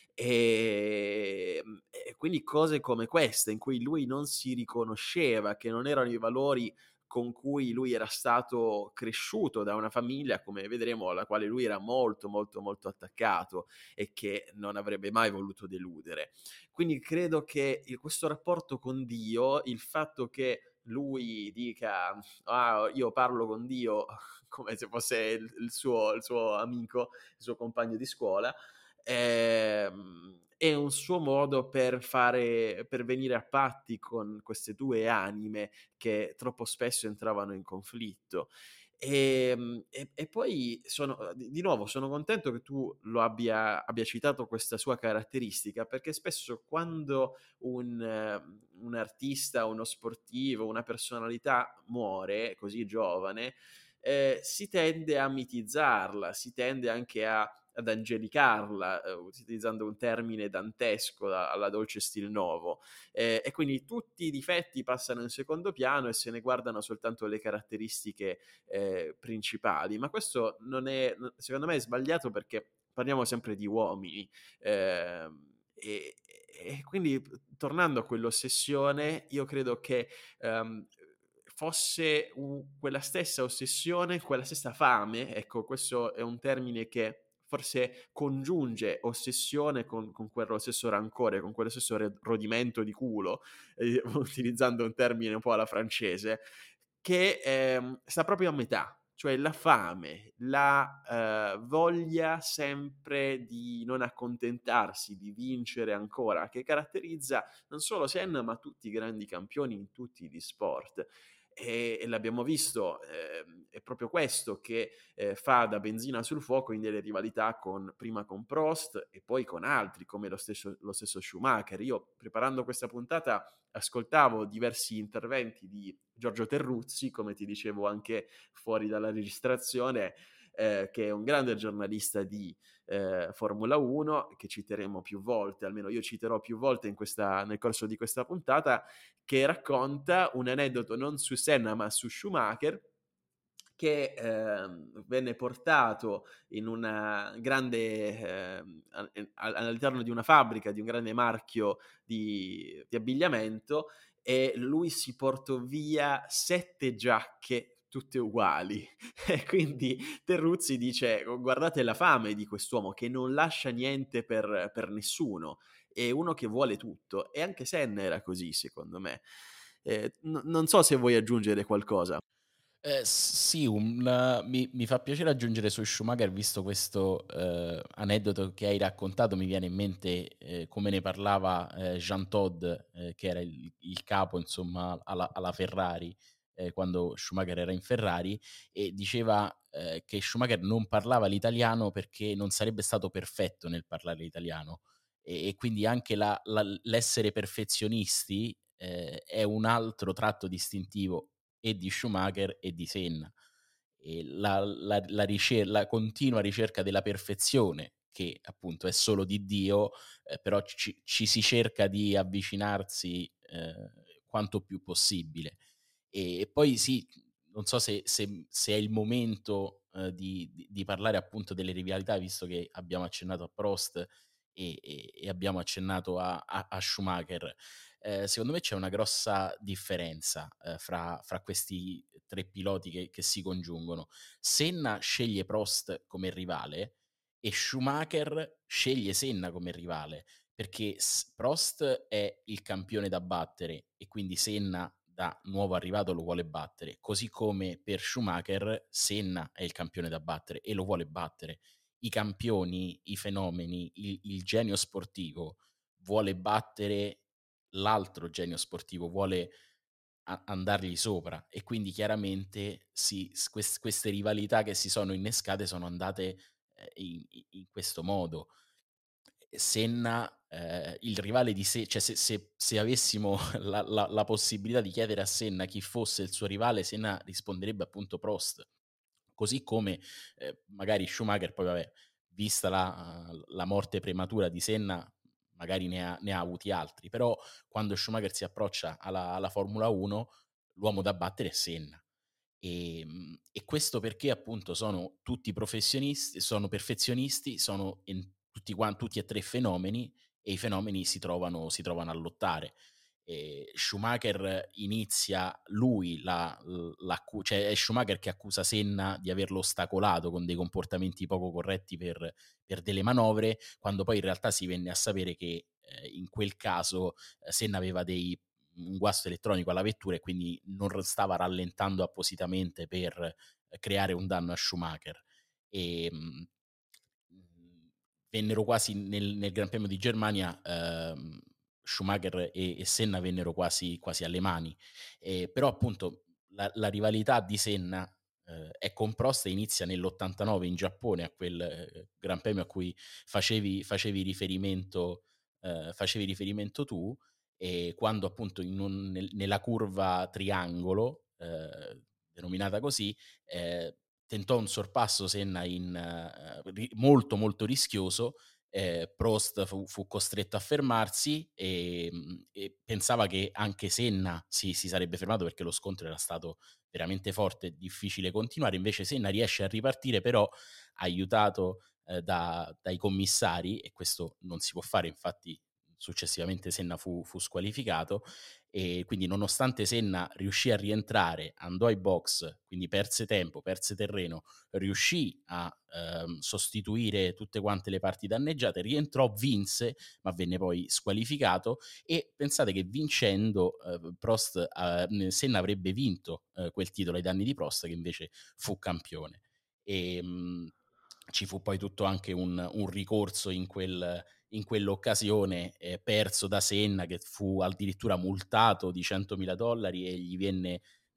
E, e quindi cose come queste, in cui lui non si riconosceva, che non erano i valori con cui lui era stato cresciuto da una famiglia, come vedremo, alla quale lui era molto, molto, molto attaccato e che non avrebbe mai voluto deludere. Quindi credo che il, questo rapporto con Dio, il fatto che lui dica, ah, io parlo con Dio come se fosse il, il suo, il suo amico, il suo compagno di scuola, ehm, è un suo modo per fare, per venire a patti con queste due anime che troppo spesso entravano in conflitto. E, e, e poi sono, di, di nuovo sono contento che tu lo abbia, abbia citato questa sua caratteristica, perché spesso quando un, eh, un artista, uno sportivo, una personalità muore così giovane, eh, si tende a mitizzarla, si tende anche a ad angelicarla, eh, utilizzando un termine dantesco da, alla dolce stil novo, eh, e quindi tutti i difetti passano in secondo piano e se ne guardano soltanto le caratteristiche eh, principali, ma questo non è, secondo me è sbagliato, perché parliamo sempre di uomini, eh, e, e quindi tornando a quell'ossessione, io credo che um, fosse un, quella stessa ossessione, quella stessa fame, ecco, questo è un termine che forse congiunge ossessione con, con quello stesso rancore, con quello stesso rodimento di culo, eh, utilizzando un termine un po' alla francese, che ehm, sta proprio a metà, cioè la fame, la eh, voglia sempre di non accontentarsi, di vincere ancora, che caratterizza non solo Senna ma tutti i grandi campioni in tutti gli sport. e, e l'abbiamo visto, eh, è proprio questo che eh, fa da benzina sul fuoco in delle rivalità con, prima con Prost e poi con altri come lo stesso, lo stesso Schumacher. Io preparando questa puntata ascoltavo diversi interventi di Giorgio Terruzzi, come ti dicevo anche fuori dalla registrazione, eh, che è un grande giornalista di eh, Formula uno, che citeremo più volte, almeno io citerò più volte in questa, nel corso di questa puntata, che racconta un aneddoto non su Senna ma su Schumacher, che eh, venne portato in una grande eh, all'interno di una fabbrica di un grande marchio di, di abbigliamento, e lui si portò via sette giacche tutte uguali. E quindi Terruzzi dice: guardate la fame di quest'uomo che non lascia niente per, per nessuno, è uno che vuole tutto. E anche Senna era così, secondo me. Eh, n- non so se vuoi aggiungere qualcosa. Eh, sì, un, mi, mi fa piacere aggiungere su Schumacher, visto questo eh, aneddoto che hai raccontato, mi viene in mente eh, come ne parlava eh, Jean Todt, eh, che era il, il capo, insomma, alla, alla Ferrari, eh, quando Schumacher era in Ferrari, e diceva eh, che Schumacher non parlava l'italiano perché non sarebbe stato perfetto nel parlare l'italiano, e, e quindi anche la, la, l'essere perfezionisti eh, è un altro tratto distintivo e di Schumacher e di Senna. E la, la, la, ricer- la continua ricerca della perfezione, che appunto è solo di Dio, eh, però ci, ci si cerca di avvicinarsi eh, quanto più possibile. E, e poi sì, non so se, se, se è il momento eh, di, di, di parlare appunto delle rivalità, visto che abbiamo accennato a Prost e, e, e abbiamo accennato a, a, a Schumacher. Eh, secondo me c'è una grossa differenza eh, fra, fra questi tre piloti che, che si congiungono. Senna sceglie Prost come rivale e Schumacher sceglie Senna come rivale, perché Prost è il campione da battere e quindi Senna da nuovo arrivato lo vuole battere, così come per Schumacher Senna è il campione da battere e lo vuole battere. I campioni, i fenomeni, il, il genio sportivo vuole battere l'altro genio sportivo, vuole a- andargli sopra, e quindi chiaramente sì, quest- queste rivalità che si sono innescate sono andate eh, in, in questo modo. Senna, eh, il rivale di sé, cioè se, se, se avessimo la, la, la possibilità di chiedere a Senna chi fosse il suo rivale, Senna risponderebbe appunto Prost. Così come eh, magari Schumacher, poi vabbè, vista la, la morte prematura di Senna, magari ne ha, ne ha avuti altri, però quando Schumacher si approccia alla, alla Formula uno, l'uomo da battere è Senna. E, e questo perché appunto sono tutti professionisti, sono perfezionisti, sono in, tutti, quanti, tutti e tre fenomeni, e i fenomeni si trovano, si trovano a lottare. E Schumacher inizia lui, la, la, cioè è Schumacher che accusa Senna di averlo ostacolato con dei comportamenti poco corretti per, per delle manovre, quando poi in realtà si venne a sapere che eh, in quel caso eh, Senna aveva dei un guasto elettronico alla vettura e quindi non stava rallentando appositamente per creare un danno a Schumacher. E mh, vennero quasi nel, nel Gran Premio di Germania, ehm, Schumacher e, e Senna vennero quasi, quasi alle mani. Eh, però appunto la, la rivalità di Senna eh, è con Prost e inizia nell'ottantanove in Giappone, a quel eh, Gran Premio a cui facevi, facevi riferimento, eh, facevi riferimento tu, e quando appunto in un, nel, nella curva triangolo, eh, denominata così, eh, tentò un sorpasso Senna in, uh, ri- molto molto rischioso. eh, Prost fu, fu costretto a fermarsi e, e pensava che anche Senna si, si sarebbe fermato perché lo scontro era stato veramente forte e difficile continuare. Invece Senna riesce a ripartire, però aiutato eh, da, dai commissari, e questo non si può fare, infatti successivamente Senna fu, fu squalificato, e quindi nonostante Senna riuscì a rientrare, andò ai box, quindi perse tempo, perse terreno, riuscì a ehm, sostituire tutte quante le parti danneggiate, rientrò, vinse, ma venne poi squalificato, e pensate che vincendo eh, Prost, eh, Senna avrebbe vinto eh, quel titolo ai danni di Prost, che invece fu campione. E mh, ci fu poi tutto anche un, un ricorso in quel in quell'occasione, eh, perso da Senna, che fu addirittura multato di centomila dollari e gli venne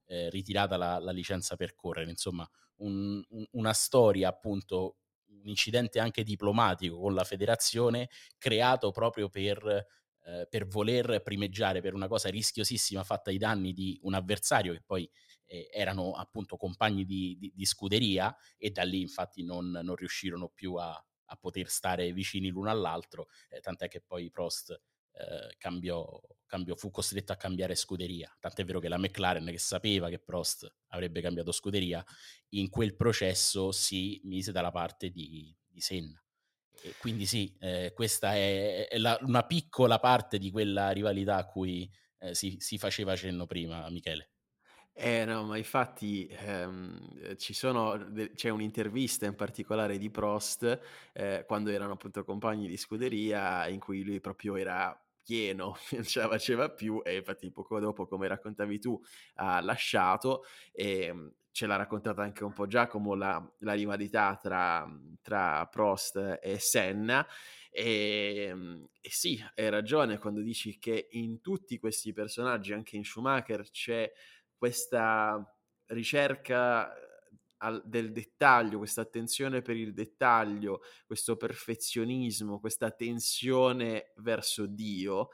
eh, ritirata la, la licenza per correre. Insomma, un- un- una storia, appunto, un incidente anche diplomatico con la federazione, creato proprio per, eh, per voler primeggiare per una cosa rischiosissima fatta ai danni di un avversario che poi eh, erano appunto compagni di, di- di scuderia, e da lì infatti non, non riuscirono più a, a poter stare vicini l'uno all'altro, eh, tant'è che poi Prost eh, cambiò, cambiò, fu costretto a cambiare scuderia. Tant'è vero che la McLaren, che sapeva che Prost avrebbe cambiato scuderia, in quel processo si mise dalla parte di, di Senna. E quindi sì, eh, questa è, è la, una piccola parte di quella rivalità a cui eh, si, si faceva cenno prima, Michele. Eh no, ma infatti, ehm, ci sono de c'è un'intervista in particolare di Prost, ehm, quando erano appunto compagni di scuderia, in cui lui proprio era pieno, non ce la faceva più, e infatti poco dopo, come raccontavi tu, ha lasciato. Ehm, ce l'ha raccontata anche un po' Giacomo la la rivalità tra mhmm, tra Prost e Senna. Ehm, e sì, hai ragione quando dici che in tutti questi personaggi, anche in Schumacher, c'è questa ricerca eh, al del dettaglio, questa attenzione per il dettaglio, questo perfezionismo, questa tensione verso Dio,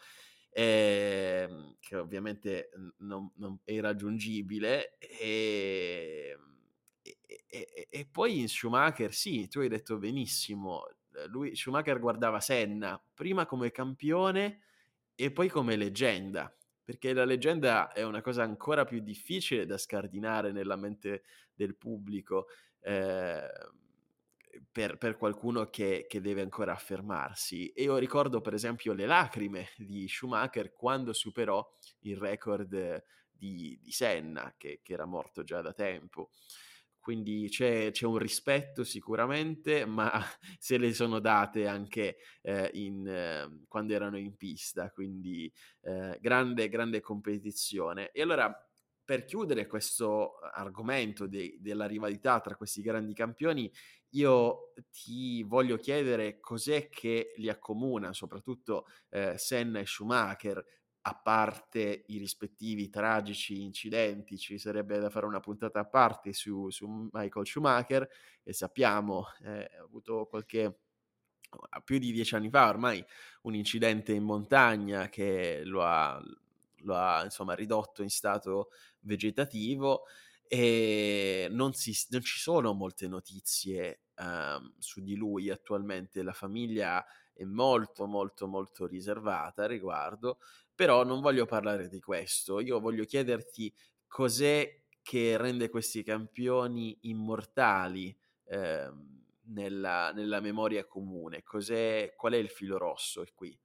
ehm, che ovviamente n non non è irraggiungibile. ehm, e e e e poi in Schumacher sì, tu hai detto benissimo, ehm, lui Schumacher guardava Senna prima come campione e poi come leggenda. Perché la leggenda è una cosa ancora più difficile da scardinare nella mente del pubblico, ehm, per per qualcuno che che deve ancora affermarsi. E io ricordo per esempio le lacrime di Schumacher quando superò il record di di Senna, che che era morto già da tempo. Quindi c'è c'è un rispetto sicuramente, ma se le sono date anche, ehm, in ehm, quando erano in pista, quindi ehm, grande, grande competizione. E allora, per chiudere questo argomento de della rivalità tra questi grandi campioni, io ti voglio chiedere cos'è che li accomuna, soprattutto, ehm, Senna e Schumacher, a parte i rispettivi tragici incidenti. Ci sarebbe da fare una puntata a parte su su Michael Schumacher, e sappiamo, ehm, ha avuto qualche a più di dieci anni fa ormai, un incidente in montagna che lo ha lo ha insomma ridotto in stato vegetativo. E non si s non ci sono molte notizie, uhm, su di lui attualmente. La famiglia è molto, molto, molto riservata a riguardo, però non voglio parlare di questo. Io voglio chiederti cos'è che rende questi campioni immortali, ehm, nella nella memoria comune. Cos'è Qual è il filo rosso qui?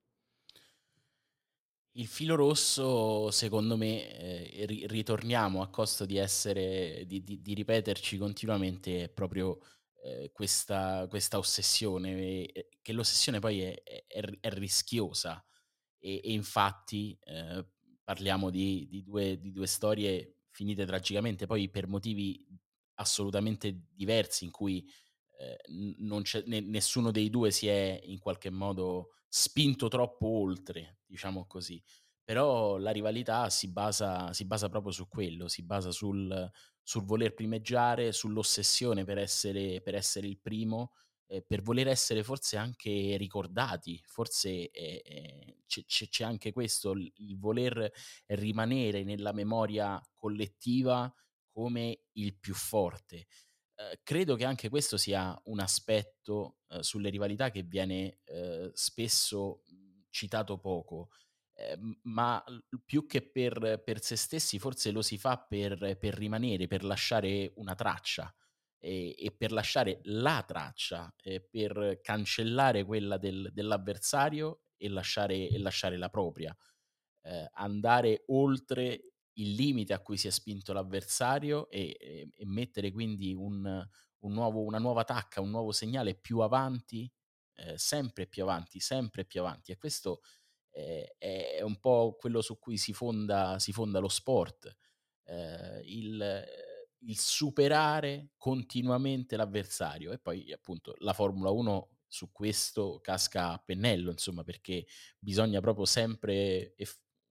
Il filo rosso, secondo me, ehm, ri ritorniamo a costo di essere di di di ripeterci continuamente, è proprio, ehm, questa questa ossessione, ehm, che l'ossessione poi è è è r è rischiosa. E e infatti, ehm, parliamo di di due di due storie finite tragicamente, poi per motivi assolutamente diversi, in cui, ehm, n non c'è ne nessuno dei due si è in qualche modo spinto troppo oltre, diciamo così. Però la rivalità si basa si basa proprio su quello, si basa sul sul voler primeggiare, sull'ossessione per essere per essere il primo, ehm, per voler essere forse anche ricordati. Forse, ehm, ehm, c'è c'è c'è anche questo, il il voler rimanere nella memoria collettiva come il più forte. Ehm, credo che anche questo sia un aspetto, uhm, sulle rivalità che viene, uhm, spesso, mhmm, citato poco, ehm, ma l più che per per se stessi forse lo si fa per per rimanere, per lasciare una traccia, e e per lasciare la traccia, e per cancellare quella del dell'avversario e lasciare e lasciare la propria. Ehm, andare oltre il limite a cui si è spinto l'avversario, e e e mettere quindi un un nuovo una nuova tacca, un nuovo segnale più avanti, ehm, sempre più avanti, sempre più avanti. E questo, ehm, è un po' quello su cui si fonda si fonda lo sport, ehm, il il superare continuamente l'avversario. E poi appunto la Formula uno su questo casca a pennello, insomma, perché bisogna proprio sempre eff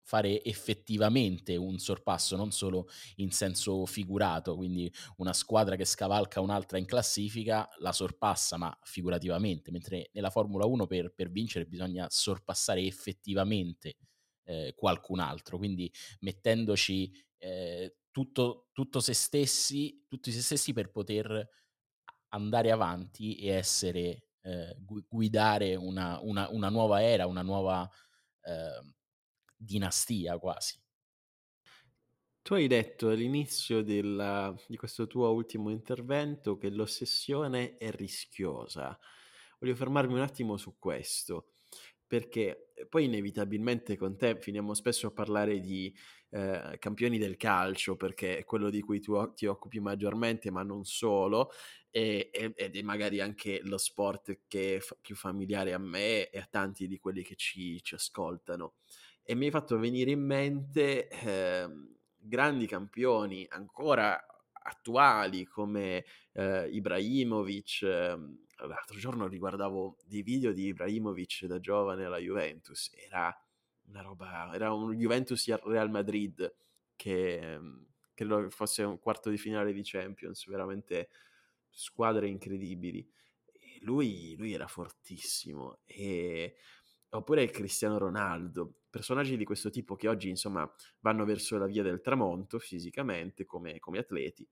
fare effettivamente un sorpasso, non solo in senso figurato, quindi una squadra che scavalca un'altra in classifica la sorpassa, ma figurativamente, mentre nella Formula uno per, per vincere bisogna sorpassare effettivamente eh, qualcun altro, quindi mettendoci eh, tutto, tutto se stessi, tutti se stessi per poter andare avanti e essere eh, gu- guidare una, una, una nuova era, una nuova eh, dinastia quasi. Tu hai detto all'inizio della- di questo tuo ultimo intervento che l'ossessione è rischiosa. Voglio fermarmi un attimo su questo, perché poi inevitabilmente con te finiamo spesso a parlare di eh, campioni del calcio, perché è quello di cui tu o- ti occupi maggiormente, ma non solo, e- e- ed è magari anche lo sport che è fa- più familiare a me e a tanti di quelli che ci, ci ascoltano. E mi hai fatto venire in mente ehm, grandi campioni ancora attuali come eh, Ibrahimovic. ehm, L'altro giorno riguardavo dei video di Ibrahimovic da giovane alla Juventus, era una roba, era un Juventus Real Madrid che ehm, credo fosse un quarto di finale di Champions, veramente squadre incredibili. E lui, lui era fortissimo. E oppure Cristiano Ronaldo, personaggi di questo tipo che oggi insomma vanno verso la via del tramonto fisicamente come, come atleti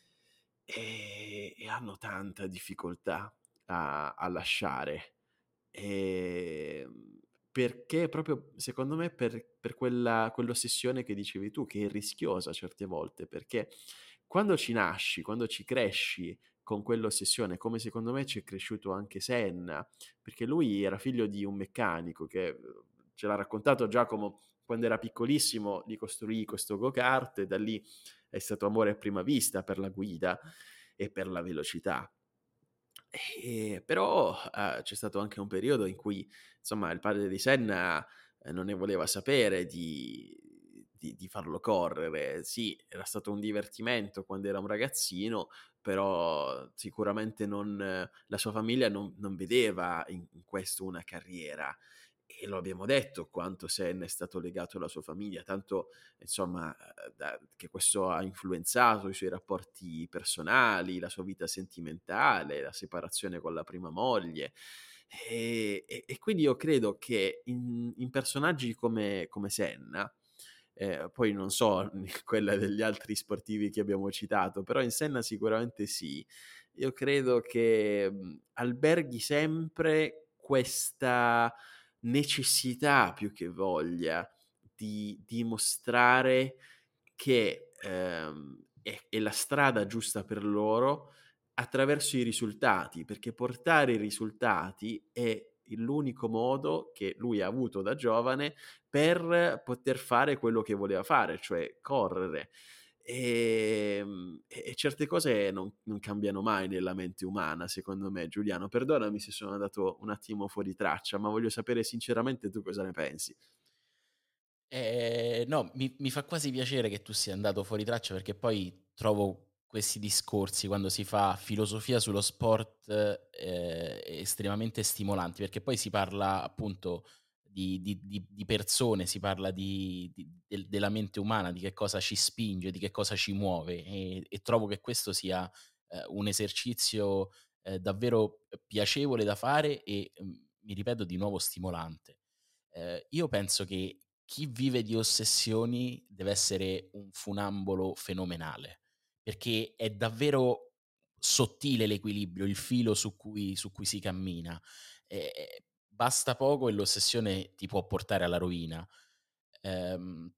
e, e hanno tanta difficoltà a, a lasciare. E, perché proprio secondo me per, per quella, quell'ossessione che dicevi tu, che è rischiosa certe volte, perché quando ci nasci, quando ci cresci con quell'ossessione, come secondo me ci è cresciuto anche Senna, perché lui era figlio di un meccanico che eh, ce l'ha raccontato Giacomo quando era piccolissimo, gli costruì questo go-kart e da lì è stato amore a prima vista per la guida e per la velocità. E, però eh, c'è stato anche un periodo in cui insomma il padre di Senna eh, non ne voleva sapere di, di, di farlo correre. Sì, era stato un divertimento quando era un ragazzino, però sicuramente non, eh, la sua famiglia non, non vedeva in, in questo una carriera. E lo abbiamo detto quanto Senna è stato legato alla sua famiglia, tanto insomma eh, da- che questo ha influenzato i suoi rapporti personali, la sua vita sentimentale, la separazione con la prima moglie. E, e- e quindi io credo che in, in personaggi come, come Senna, eh, poi non so quella degli altri sportivi che abbiamo citato, però in Senna sicuramente sì. Io credo che mh, alberghi sempre questa necessità più che voglia di dimostrare che ehm, è, è la strada giusta per loro attraverso i risultati, perché portare i risultati è l'unico modo che lui ha avuto da giovane per poter fare quello che voleva fare, cioè correre. E, e certe cose non, non cambiano mai nella mente umana, secondo me, Giuliano. Perdonami se sono andato un attimo fuori traccia, ma voglio sapere sinceramente tu cosa ne pensi. Eh, no, mi, mi fa quasi piacere che tu sia andato fuori traccia perché poi trovo questi discorsi quando si fa filosofia sullo sport eh, estremamente stimolanti perché poi si parla appunto di, di- di- di persone, si parla di, di- del- della mente umana, di che cosa ci spinge, di che cosa ci muove e, e trovo che questo sia eh, un esercizio eh, davvero piacevole da fare e mm, mi ripeto di nuovo stimolante. Eh, io penso che chi vive di ossessioni deve essere un funambolo fenomenale, perché è davvero sottile l'equilibrio, il filo su cui, su cui si cammina. Eh, basta poco e l'ossessione ti può portare alla rovina. Ehm,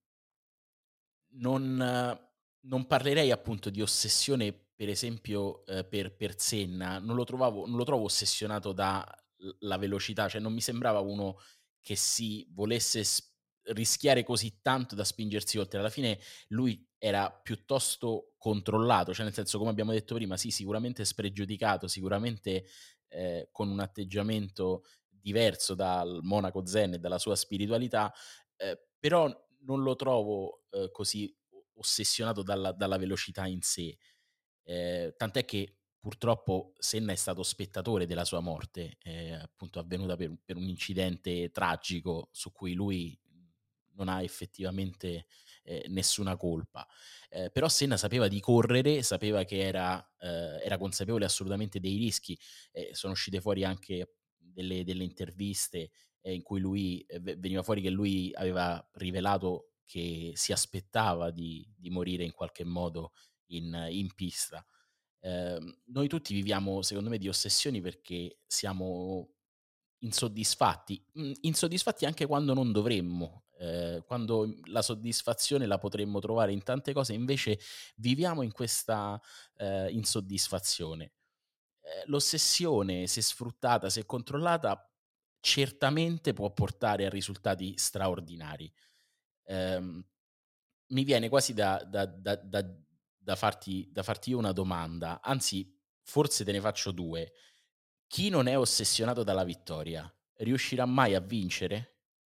non, non parlerei appunto di ossessione, per esempio, eh, per, per Senna, non lo trovavo, non lo trovo ossessionato dalla velocità, cioè non mi sembrava uno che si volesse s- rischiare così tanto da spingersi oltre. Alla fine lui era piuttosto controllato, cioè nel senso, come abbiamo detto prima, sì, sicuramente spregiudicato, sicuramente eh, con un atteggiamento diverso dal Monaco Zen e dalla sua spiritualità, eh, però non lo trovo eh, così ossessionato dalla, dalla velocità in sé. Eh, tant'è che purtroppo Senna è stato spettatore della sua morte, eh, appunto avvenuta per, per un incidente tragico su cui lui non ha effettivamente eh, nessuna colpa. Eh, però Senna sapeva di correre, sapeva che era, eh, era consapevole assolutamente dei rischi. Eh, sono uscite fuori anche delle, delle interviste eh, in cui lui eh, veniva fuori che lui aveva rivelato che si aspettava di, di morire in qualche modo in, in pista. Eh, noi tutti viviamo, secondo me, di ossessioni perché siamo insoddisfatti, mhmm, insoddisfatti anche quando non dovremmo, ehm, quando la soddisfazione la potremmo trovare in tante cose, invece viviamo in questa, ehm, insoddisfazione. Ehm, l'ossessione, se sfruttata, se controllata, certamente può portare a risultati straordinari. Ehm, Mi viene quasi da da da da da farti da farti io una domanda, anzi forse te ne faccio due. Chi non è ossessionato dalla vittoria, riuscirà mai a vincere?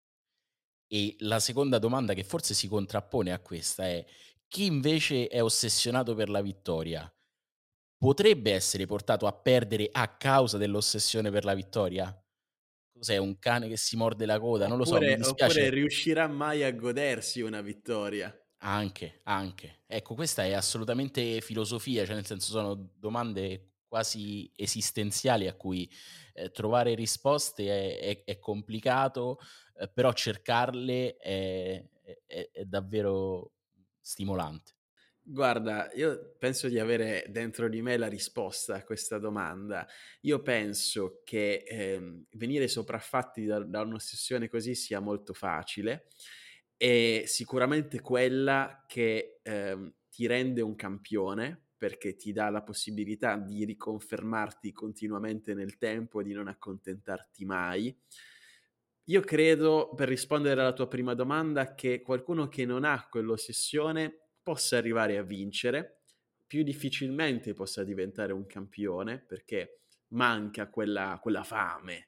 E la seconda domanda che forse si contrappone a questa è: chi invece è ossessionato per la vittoria, potrebbe essere portato a perdere a causa dell'ossessione per la vittoria? Cos'è, un cane che si morde la coda? Non lo so, mi Oppure oppure dispiace. riuscirà mai a godersi una vittoria? Anche, anche. Ecco, questa è assolutamente filosofia, cioè nel senso sono domande quasi esistenziali a cui, ehm, trovare risposte è è è complicato, ehm, però cercarle è è è è davvero stimolante. Guarda, io penso di avere dentro di me la risposta a questa domanda. Io penso che, ehm, venire sopraffatti da da un'ossessione così sia molto facile e sicuramente quella che, ehm, ti rende un campione, perché ti dà la possibilità di riconfermarti continuamente nel tempo e di non accontentarti mai. Io credo, per rispondere alla tua prima domanda, che qualcuno che non ha quell'ossessione possa arrivare a vincere, più difficilmente possa diventare un campione, perché manca quella quella fame.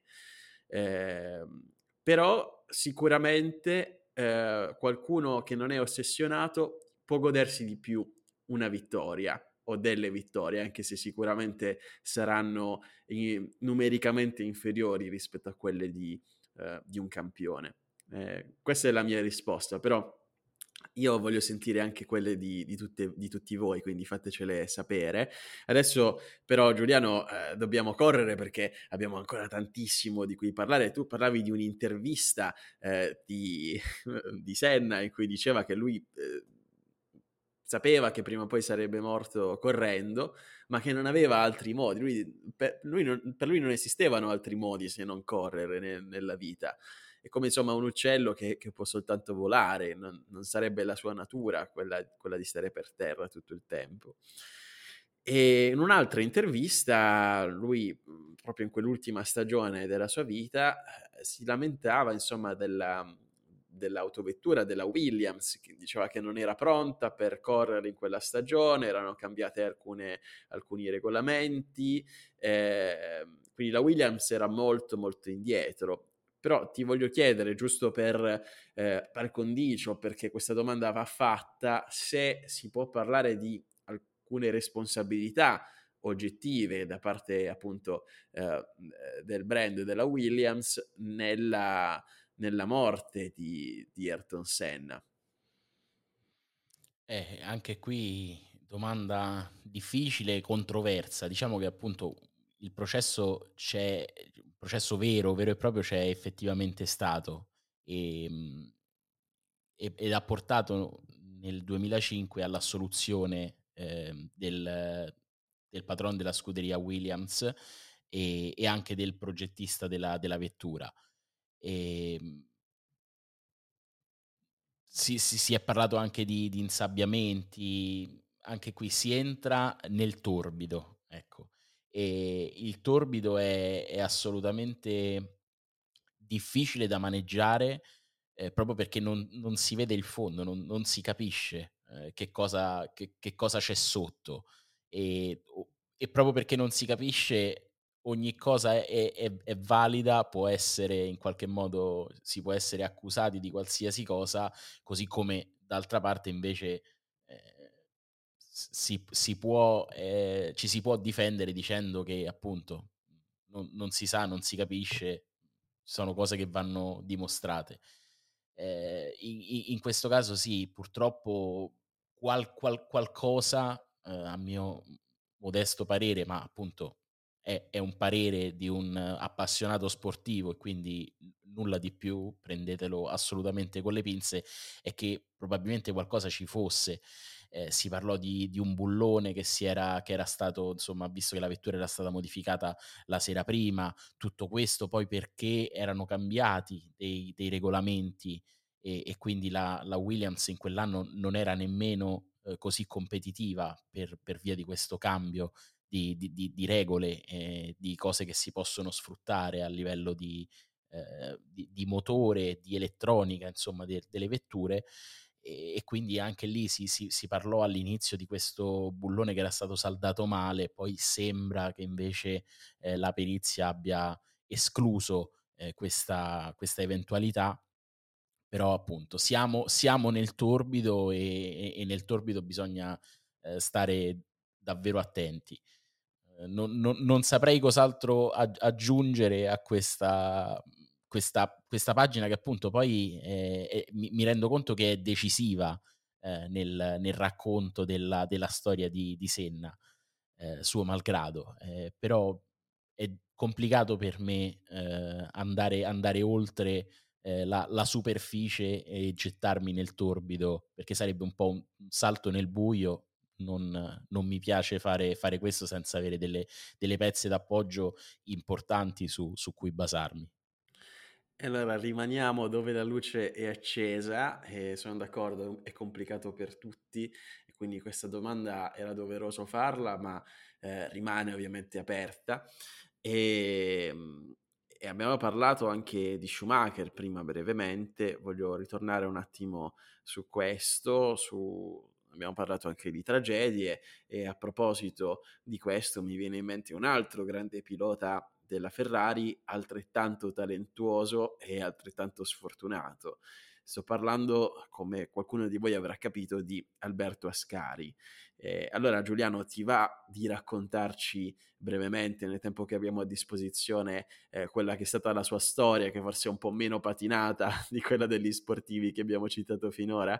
Ehm, Però sicuramente, ehm, qualcuno che non è ossessionato può godersi di più una vittoria o delle vittorie, anche se sicuramente saranno i numericamente inferiori rispetto a quelle di ehm, di un campione. Ehm, questa è la mia risposta, però io voglio sentire anche quelle di di tutte di tutti voi, quindi fatecele sapere. Adesso però Giuliano, ehm, dobbiamo correre perché abbiamo ancora tantissimo di cui parlare. Tu parlavi di un'intervista, ehm, di di Senna in cui diceva che lui, ehm, sapeva che prima o poi sarebbe morto correndo, ma che non aveva altri modi. Lui pe lui non per lui non esistevano altri modi se non correre ne nella vita. È come insomma un uccello che che può soltanto volare, non non sarebbe la sua natura quella quella di stare per terra tutto il tempo. E in un'altra intervista lui, mhmm, proprio in quell'ultima stagione della sua vita, ehm, si lamentava insomma della dell'autovettura della Williams, che diceva che non era pronta per correre in quella stagione, erano cambiate alcune alcuni regolamenti, ehm, quindi la Williams era molto, molto indietro. Però ti voglio chiedere, giusto per, ehm, par condicio, perché questa domanda va fatta, se si può parlare di alcune responsabilità oggettive da parte appunto, ehm, del brand della Williams nella nella morte di di Ayrton Senna. Eh, anche qui domanda difficile e controversa. Diciamo che appunto il processo c'è, il processo vero, vero e proprio c'è effettivamente stato, ehm, e ed ha portato nel duemilacinque all'assoluzione, ehm, del del patron della scuderia Williams e e anche del progettista della della vettura. Ehm sì, sì, si è parlato anche di di insabbiamenti, anche qui si entra nel torbido, ecco. E il torbido è è assolutamente difficile da maneggiare, ehm, proprio perché non non si vede il fondo, non non si capisce, ehm, che cosa che che cosa c'è sotto. E o e proprio perché non si capisce, ogni cosa è è è valida, può essere in qualche modo, si può essere accusati di qualsiasi cosa, così come d'altra parte invece, ehm, s si si può ehm, ci si può difendere dicendo che appunto non non si sa, non si capisce, sono cose che vanno dimostrate. Eh, in, in questo caso sì, purtroppo qual, qual, qualcosa, eh, a mio modesto parere, ma appunto è, è un parere di un appassionato sportivo e quindi nulla di più, prendetelo assolutamente con le pinze, è che probabilmente qualcosa ci fosse. Eh, si parlò di, di un bullone che, si era, che era stato, insomma, visto che la vettura era stata modificata la sera prima, tutto questo poi perché erano cambiati dei, dei regolamenti e, e quindi la, la Williams in quell'anno non era nemmeno eh, così competitiva per, per via di questo cambio di, di, di, di regole, eh, di cose che si possono sfruttare a livello di, eh, di, di motore, di elettronica, insomma, de, delle vetture. E, e quindi anche lì si, si, si parlò all'inizio di questo bullone che era stato saldato male, poi sembra che invece eh, la perizia abbia escluso eh, questa, questa eventualità. Però appunto siamo, siamo nel torbido e, e nel torbido bisogna eh, stare davvero attenti. Eh, non, non- non saprei cos'altro ag- aggiungere a questa, questa, questa pagina che appunto poi eh, è- mi, mi rendo conto che è decisiva eh, nel, nel racconto della, della storia di, di Senna, eh, suo malgrado. Eh, però è complicato per me eh, andare, andare oltre eh, la, la superficie e gettarmi nel torbido, perché sarebbe un po' un salto nel buio. Non, non mi piace fare, fare questo senza avere delle, delle pezze d'appoggio importanti su, su cui basarmi. E allora rimaniamo dove la luce è accesa e sono d'accordo, è complicato per tutti e quindi questa domanda era doveroso farla, ma eh, rimane ovviamente aperta. E, mm, e abbiamo parlato anche di Schumacher prima brevemente, voglio ritornare un attimo su questo, su... abbiamo parlato anche di tragedie e a proposito di questo mi viene in mente un altro grande pilota della Ferrari, altrettanto talentuoso e altrettanto sfortunato. Sto parlando, come qualcuno di voi avrà capito, di Alberto Ascari. Eh, allora Giuliano, ti va di raccontarci brevemente, nel tempo che abbiamo a disposizione, eh, quella che è stata la sua storia, che forse è un po' meno patinata di quella degli sportivi che abbiamo citato finora?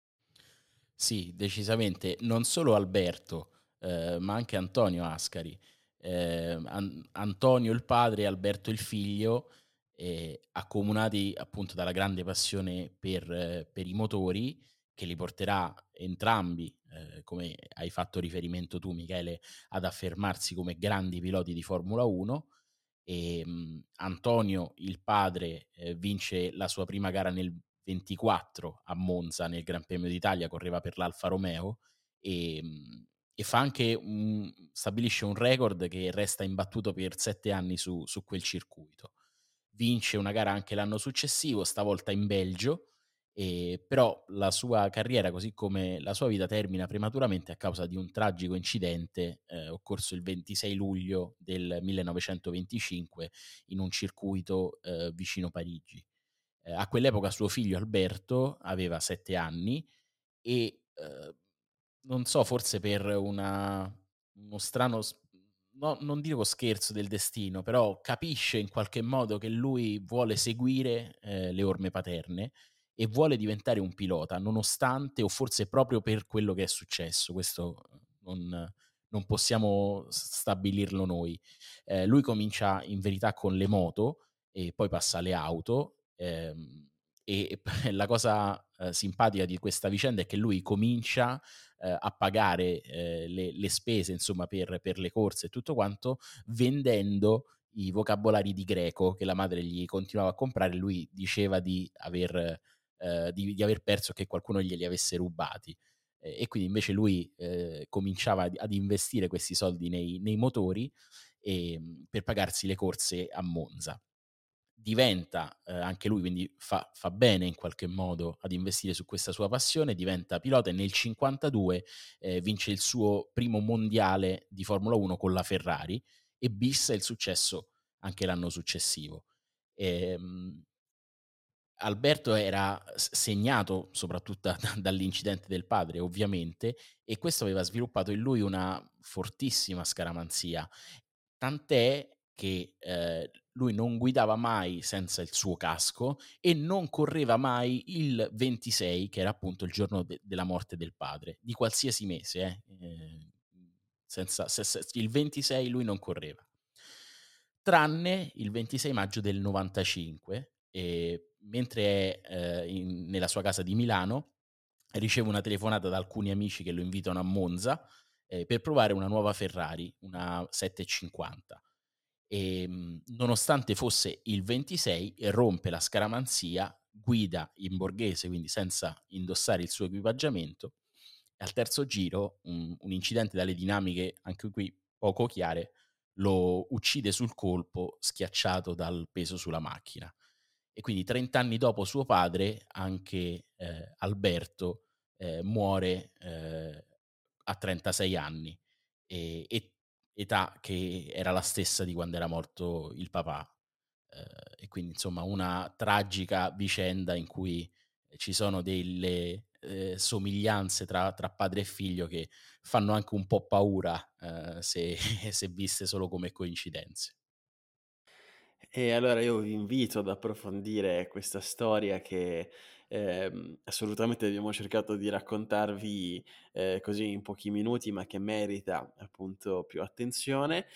Sì, decisamente, non solo Alberto, eh, ma anche Antonio Ascari. Eh, An- Antonio il padre e Alberto il figlio, eh, accomunati appunto dalla grande passione per, eh, per i motori, che li porterà entrambi, eh, come hai fatto riferimento tu, Michele, ad affermarsi come grandi piloti di Formula uno. E, mh, Antonio, il padre, eh, vince la sua prima gara nel ventiquattro a Monza nel Gran Premio d'Italia, correva per l'Alfa Romeo e, mh, e fa anche un, stabilisce un record che resta imbattuto per sette anni su, su quel circuito. Vince una gara anche l'anno successivo, stavolta in Belgio, e però la sua carriera, così come la sua vita, termina prematuramente a causa di un tragico incidente eh, occorso il ventisei luglio del millenovecentoventicinque in un circuito eh, vicino Parigi. Eh, a quell'epoca suo figlio Alberto aveva sette anni e eh, non so, forse per una, uno strano, s- no, non dico scherzo del destino, però capisce in qualche modo che lui vuole seguire eh, le orme paterne e vuole diventare un pilota, nonostante o forse proprio per quello che è successo. Questo non, non possiamo s- stabilirlo noi. Eh, lui comincia in verità con le moto e poi passa alle auto. Ehm, e la cosa eh, simpatica di questa vicenda è che lui comincia eh, a pagare eh, le, le spese, insomma, per, per le corse e tutto quanto, vendendo i vocabolari di greco che la madre gli continuava a comprare. Lui diceva di aver, eh, di, di aver perso, che qualcuno glieli avesse rubati. Eh, e quindi invece lui eh, cominciava ad, ad investire questi soldi nei, nei motori e, per pagarsi le corse a Monza. Diventa eh, anche lui, quindi fa, fa bene in qualche modo ad investire su questa sua passione, diventa pilota e nel cinquantadue eh, vince il suo primo mondiale di Formula uno con la Ferrari e bissa il successo anche l'anno successivo. Ehm, Alberto era s- segnato soprattutto da- dall'incidente del padre, ovviamente, e questo aveva sviluppato in lui una fortissima scaramanzia. Tant'è che eh, lui non guidava mai senza il suo casco e non correva mai il ventisei, che era appunto il giorno de della morte del padre, di qualsiasi mese, eh, ehm, senza se se il ventisei lui non correva. Tranne il ventisei maggio del novantacinque, ehm, mentre è, ehm, in nella sua casa di Milano, riceve una telefonata da alcuni amici che lo invitano a Monza, ehm, per provare una nuova Ferrari, una settecentocinquanta. Ehm, nonostante fosse il ventisei, rompe la scaramanzia, guida in borghese, quindi senza indossare il suo equipaggiamento, e al terzo giro un un incidente dalle dinamiche anche qui poco chiare lo uccide sul colpo, schiacciato dal peso sulla macchina. E quindi trenta anni dopo suo padre anche, ehm, Alberto, ehm, muore, ehm, a trentasei anni, ehm, e età che era la stessa di quando era morto il papà. Ehm, e quindi insomma una tragica vicenda in cui ci sono delle, ehm, somiglianze tra tra padre e figlio che fanno anche un po' paura, ehm, se se viste solo come coincidenze. E allora io vi invito ad approfondire questa storia che, ehm, assolutamente abbiamo cercato di raccontarvi, ehm, così in pochi minuti, ma che merita appunto più attenzione.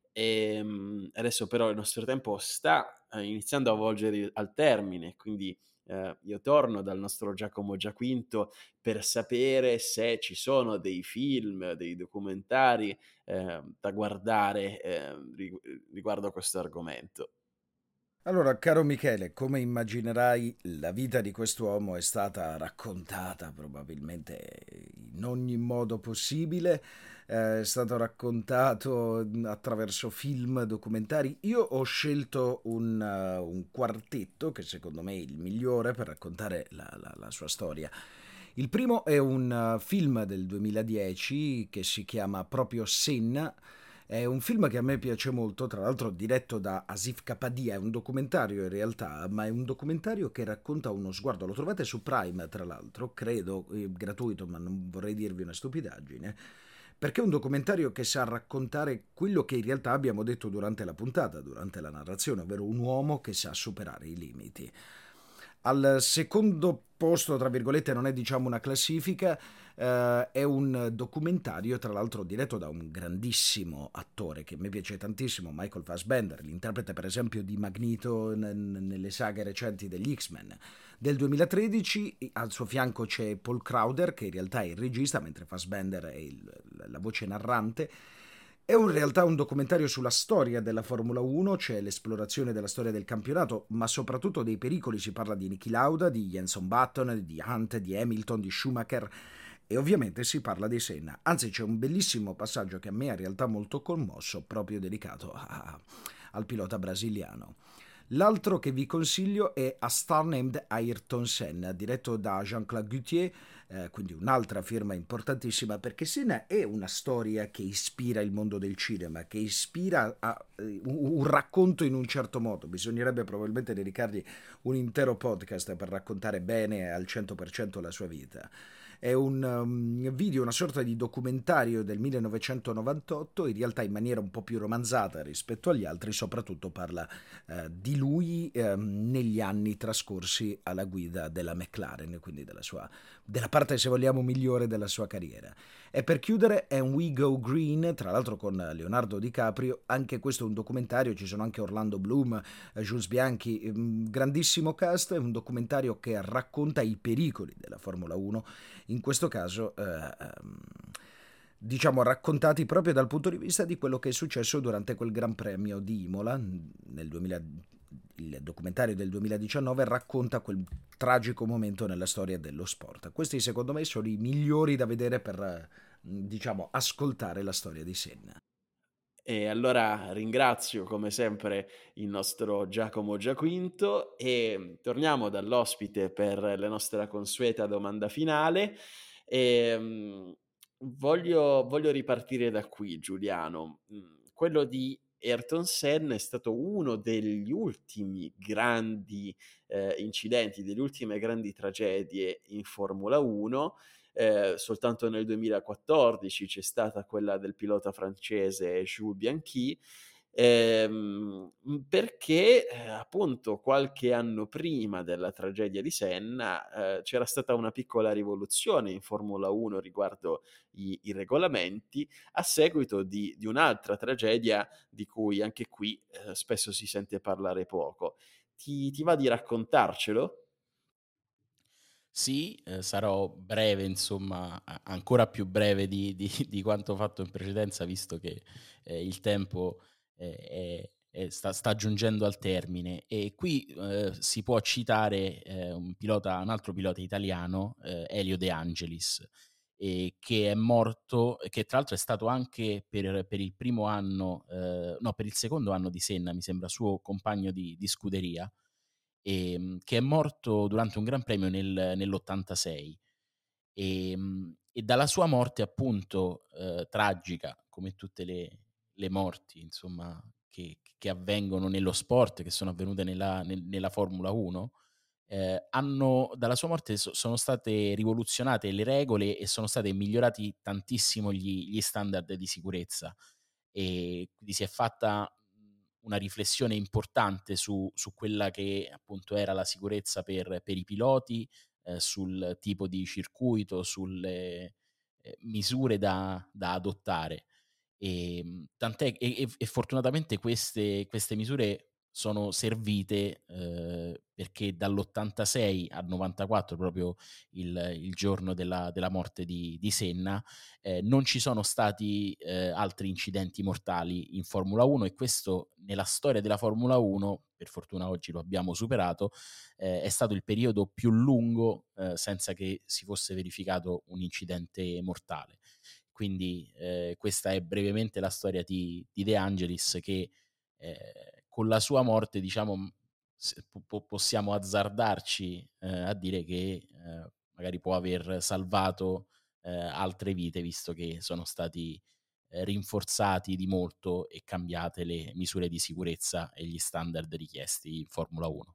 Ehm, adesso però il nostro tempo sta, ehm, iniziando a volgere al termine, quindi, ehm, io torno dal nostro Giacomo Giaquinto per sapere se ci sono dei film, dei documentari, ehm, da guardare, ehm, rigu riguardo a questo argomento. Allora, caro Michele, come immaginerai, la vita di quest'uomo è stata raccontata probabilmente in ogni modo possibile, eh, è stato raccontato mm, attraverso film, documentari. Io ho scelto un, eh, un quartetto che secondo me è il migliore per raccontare la, la- la sua storia. Il primo è un eh, film del duemiladieci che si chiama proprio Senna. È un film che a me piace molto, tra l'altro diretto da Asif Kapadia, è un documentario in realtà, ma è un documentario che racconta uno sguardo, lo trovate su Prime tra l'altro, credo, eh, gratuito, ma non vorrei dirvi una stupidaggine, perché è un documentario che sa raccontare quello che in realtà abbiamo detto durante la puntata, durante la narrazione, ovvero un uomo che sa superare i limiti. Al secondo posto, tra virgolette, non è diciamo una classifica, eh, è un documentario, tra l'altro diretto da un grandissimo attore che mi piace tantissimo, Michael Fassbender, l'interprete per esempio di Magneto n- nelle saghe recenti degli X-Men. Del duemilatredici al suo fianco c'è Paul Crowder, che in realtà è il regista, mentre Fassbender è il- la voce narrante. È in realtà un documentario sulla storia della Formula uno, c'è l'esplorazione della storia del campionato, ma soprattutto dei pericoli. Si parla di Niki Lauda, di Jenson Button, di Hunt, di Hamilton, di Schumacher e ovviamente si parla di Senna. Anzi, c'è un bellissimo passaggio che a me ha in realtà molto commosso, proprio dedicato a- al pilota brasiliano. L'altro che vi consiglio è A Star Named Ayrton Senna, diretto da Jean-Claude Gaultier, eh, quindi un'altra firma importantissima, perché Senna è una storia che ispira il mondo del cinema, che ispira a, eh, un, un racconto in un certo modo. Bisognerebbe probabilmente dedicargli un intero podcast per raccontare bene al cento per cento la sua vita. È un um, video, una sorta di documentario del millenovecentonovantotto, in realtà in maniera un po' più romanzata rispetto agli altri, soprattutto parla eh, di lui ehm, negli anni trascorsi alla guida della McLaren, quindi della, sua, della parte, se vogliamo, migliore della sua carriera. E per chiudere And We Go Green, tra l'altro con Leonardo DiCaprio, anche questo è un documentario, ci sono anche Orlando Bloom, eh, Jules Bianchi, un grandissimo cast, è un documentario che racconta i pericoli della Formula uno, in questo caso eh, ehm, diciamo raccontati proprio dal punto di vista di quello che è successo durante quel Gran Premio di Imola nel duemila. Il documentario del duemiladiciannove racconta quel tragico momento nella storia dello sport. Questi secondo me sono i migliori da vedere per eh, diciamo ascoltare la storia di Senna. E allora ringrazio come sempre il nostro Giacomo Giaquinto e torniamo dall'ospite per la nostra consueta domanda finale. Ehm, voglio, voglio ripartire da qui, Giuliano. Mm, Quello di Ayrton Senna è stato uno degli ultimi grandi eh, incidenti, delle ultime grandi tragedie in Formula uno. Eh, soltanto nel duemilaquattordici c'è stata quella del pilota francese Jules Bianchi, Ehm, perché, eh, appunto qualche anno prima della tragedia di Senna, eh, c'era stata una piccola rivoluzione in Formula uno riguardo i, i regolamenti, a seguito di, di un'altra tragedia di cui anche qui eh, spesso si sente parlare poco. Ti, ti va di raccontarcelo? Sì, ehm, sarò breve, insomma, a ancora più breve di di di quanto fatto in precedenza, visto che, ehm, il tempo, ehm, è è sta sta giungendo al termine. E qui, ehm, si può citare, ehm, un pilota un altro pilota italiano, ehm, Elio De Angelis, ehm, che è morto e che tra l'altro è stato anche per per il primo anno, ehm no, per il secondo anno di Senna, mi sembra, suo compagno di di scuderia, ehm, che è morto durante un Gran Premio nel nell'ottantasei. Ehm, e dalla sua morte appunto, uhm, tragica, come tutte le le morti insomma che che avvengono nello sport, che sono avvenute nella nel nella Formula uno, ehm, hanno dalla sua morte so sono state rivoluzionate le regole e sono state migliorati tantissimo gli gli standard di sicurezza. E quindi si è fatta, mhmm, una riflessione importante su su quella che appunto era la sicurezza per per i piloti, ehm, sul tipo di circuito, sulle, ehm, misure da da adottare. Ehm, tant'è e e e fortunatamente queste queste misure sono servite, uhm, perché dall'ottantasei al novantaquattro, proprio il il giorno della della morte di di Senna, ehm, non ci sono stati, ehm, altri incidenti mortali in Formula uno, e questo nella storia della Formula uno, per fortuna oggi lo abbiamo superato, ehm, è stato il periodo più lungo, ehm, senza che si fosse verificato un incidente mortale. Quindi, ehm, questa è brevemente la storia di di De Angelis che, ehm, con la sua morte diciamo, mhmm, s po po possiamo azzardarci, ehm, a dire che, ehm, magari può aver salvato, ehm, altre vite, visto che sono stati, ehm, rinforzati di molto e cambiate le misure di sicurezza e gli standard richiesti in Formula uno.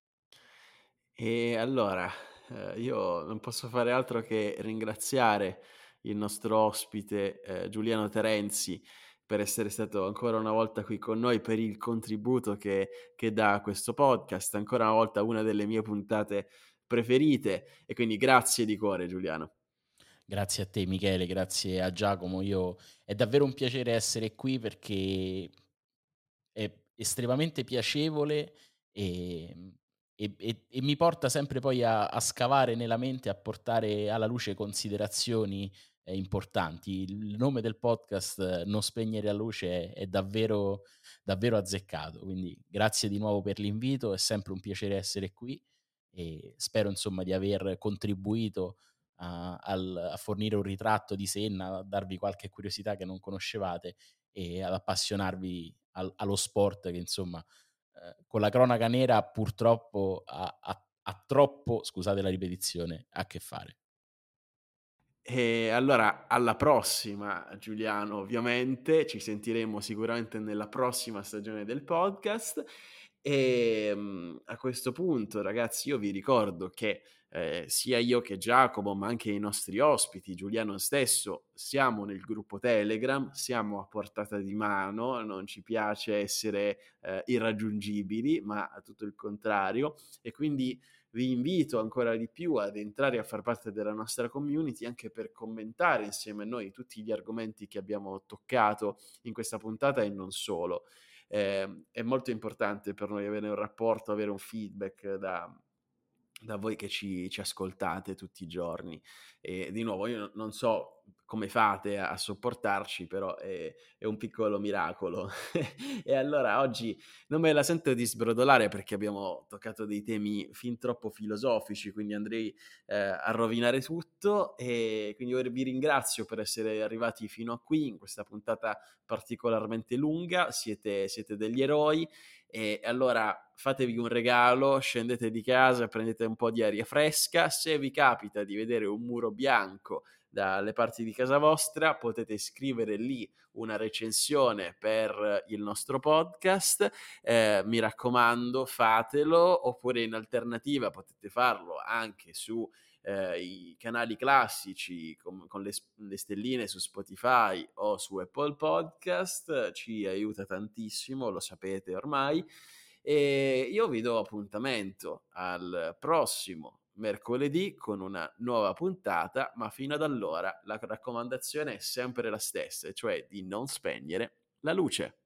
E allora, ehm, io non posso fare altro che ringraziare il nostro ospite, ehm, Giuliano Terenzi, per essere stato ancora una volta qui con noi, per il contributo che che dà a questo podcast. Ancora una volta una delle mie puntate preferite e quindi grazie di cuore Giuliano. Grazie a te Michele, grazie a Giacomo. Io È davvero un piacere essere qui perché è estremamente piacevole, ehm, e e e mi porta sempre poi a a scavare nella mente, a portare alla luce considerazioni, ehm, importanti. Il nome del podcast, eh, Non spegnere la luce, è è davvero davvero azzeccato, quindi grazie di nuovo per l'invito, è sempre un piacere essere qui e spero insomma di aver contribuito a al a fornire un ritratto di Senna, a darvi qualche curiosità che non conoscevate e ad appassionarvi al allo sport che insomma, ehm, con la cronaca nera purtroppo ha ha ha troppo, scusate la ripetizione, a che fare. E allora alla prossima Giuliano, ovviamente, ci sentiremo sicuramente nella prossima stagione del podcast. Ehm, a questo punto ragazzi io vi ricordo che, ehm, sia io che Giacomo, ma anche i nostri ospiti, Giuliano stesso, siamo nel gruppo Telegram, siamo a portata di mano, non ci piace essere, ehm, irraggiungibili, ma tutto il contrario, e quindi vi invito ancora di più ad entrare a far parte della nostra community anche per commentare insieme a noi tutti gli argomenti che abbiamo toccato in questa puntata e non solo. Eh, è molto importante per noi avere un rapporto, avere un feedback da, da voi che ci, ci ascoltate tutti i giorni. E di nuovo, io non so come fate a, a sopportarci, però è, è un piccolo miracolo. E allora oggi non me la sento di sbrodolare perché abbiamo toccato dei temi fin troppo filosofici, quindi andrei eh, a rovinare tutto. E quindi io vi ringrazio per essere arrivati fino a qui in questa puntata particolarmente lunga. Siete, siete degli eroi. E allora fatevi un regalo, scendete di casa, prendete un po' di aria fresca. Se vi capita di vedere un muro bianco dalle parti di casa vostra, potete scrivere lì una recensione per il nostro podcast. Eh, mi raccomando, fatelo, oppure in alternativa potete farlo anche su eh, i canali classici con, con le, le stelline su Spotify o su Apple Podcast, ci aiuta tantissimo, lo sapete ormai. E io vi do appuntamento al prossimo mercoledì con una nuova puntata, ma fino ad allora la raccomandazione è sempre la stessa, cioè di non spegnere la luce.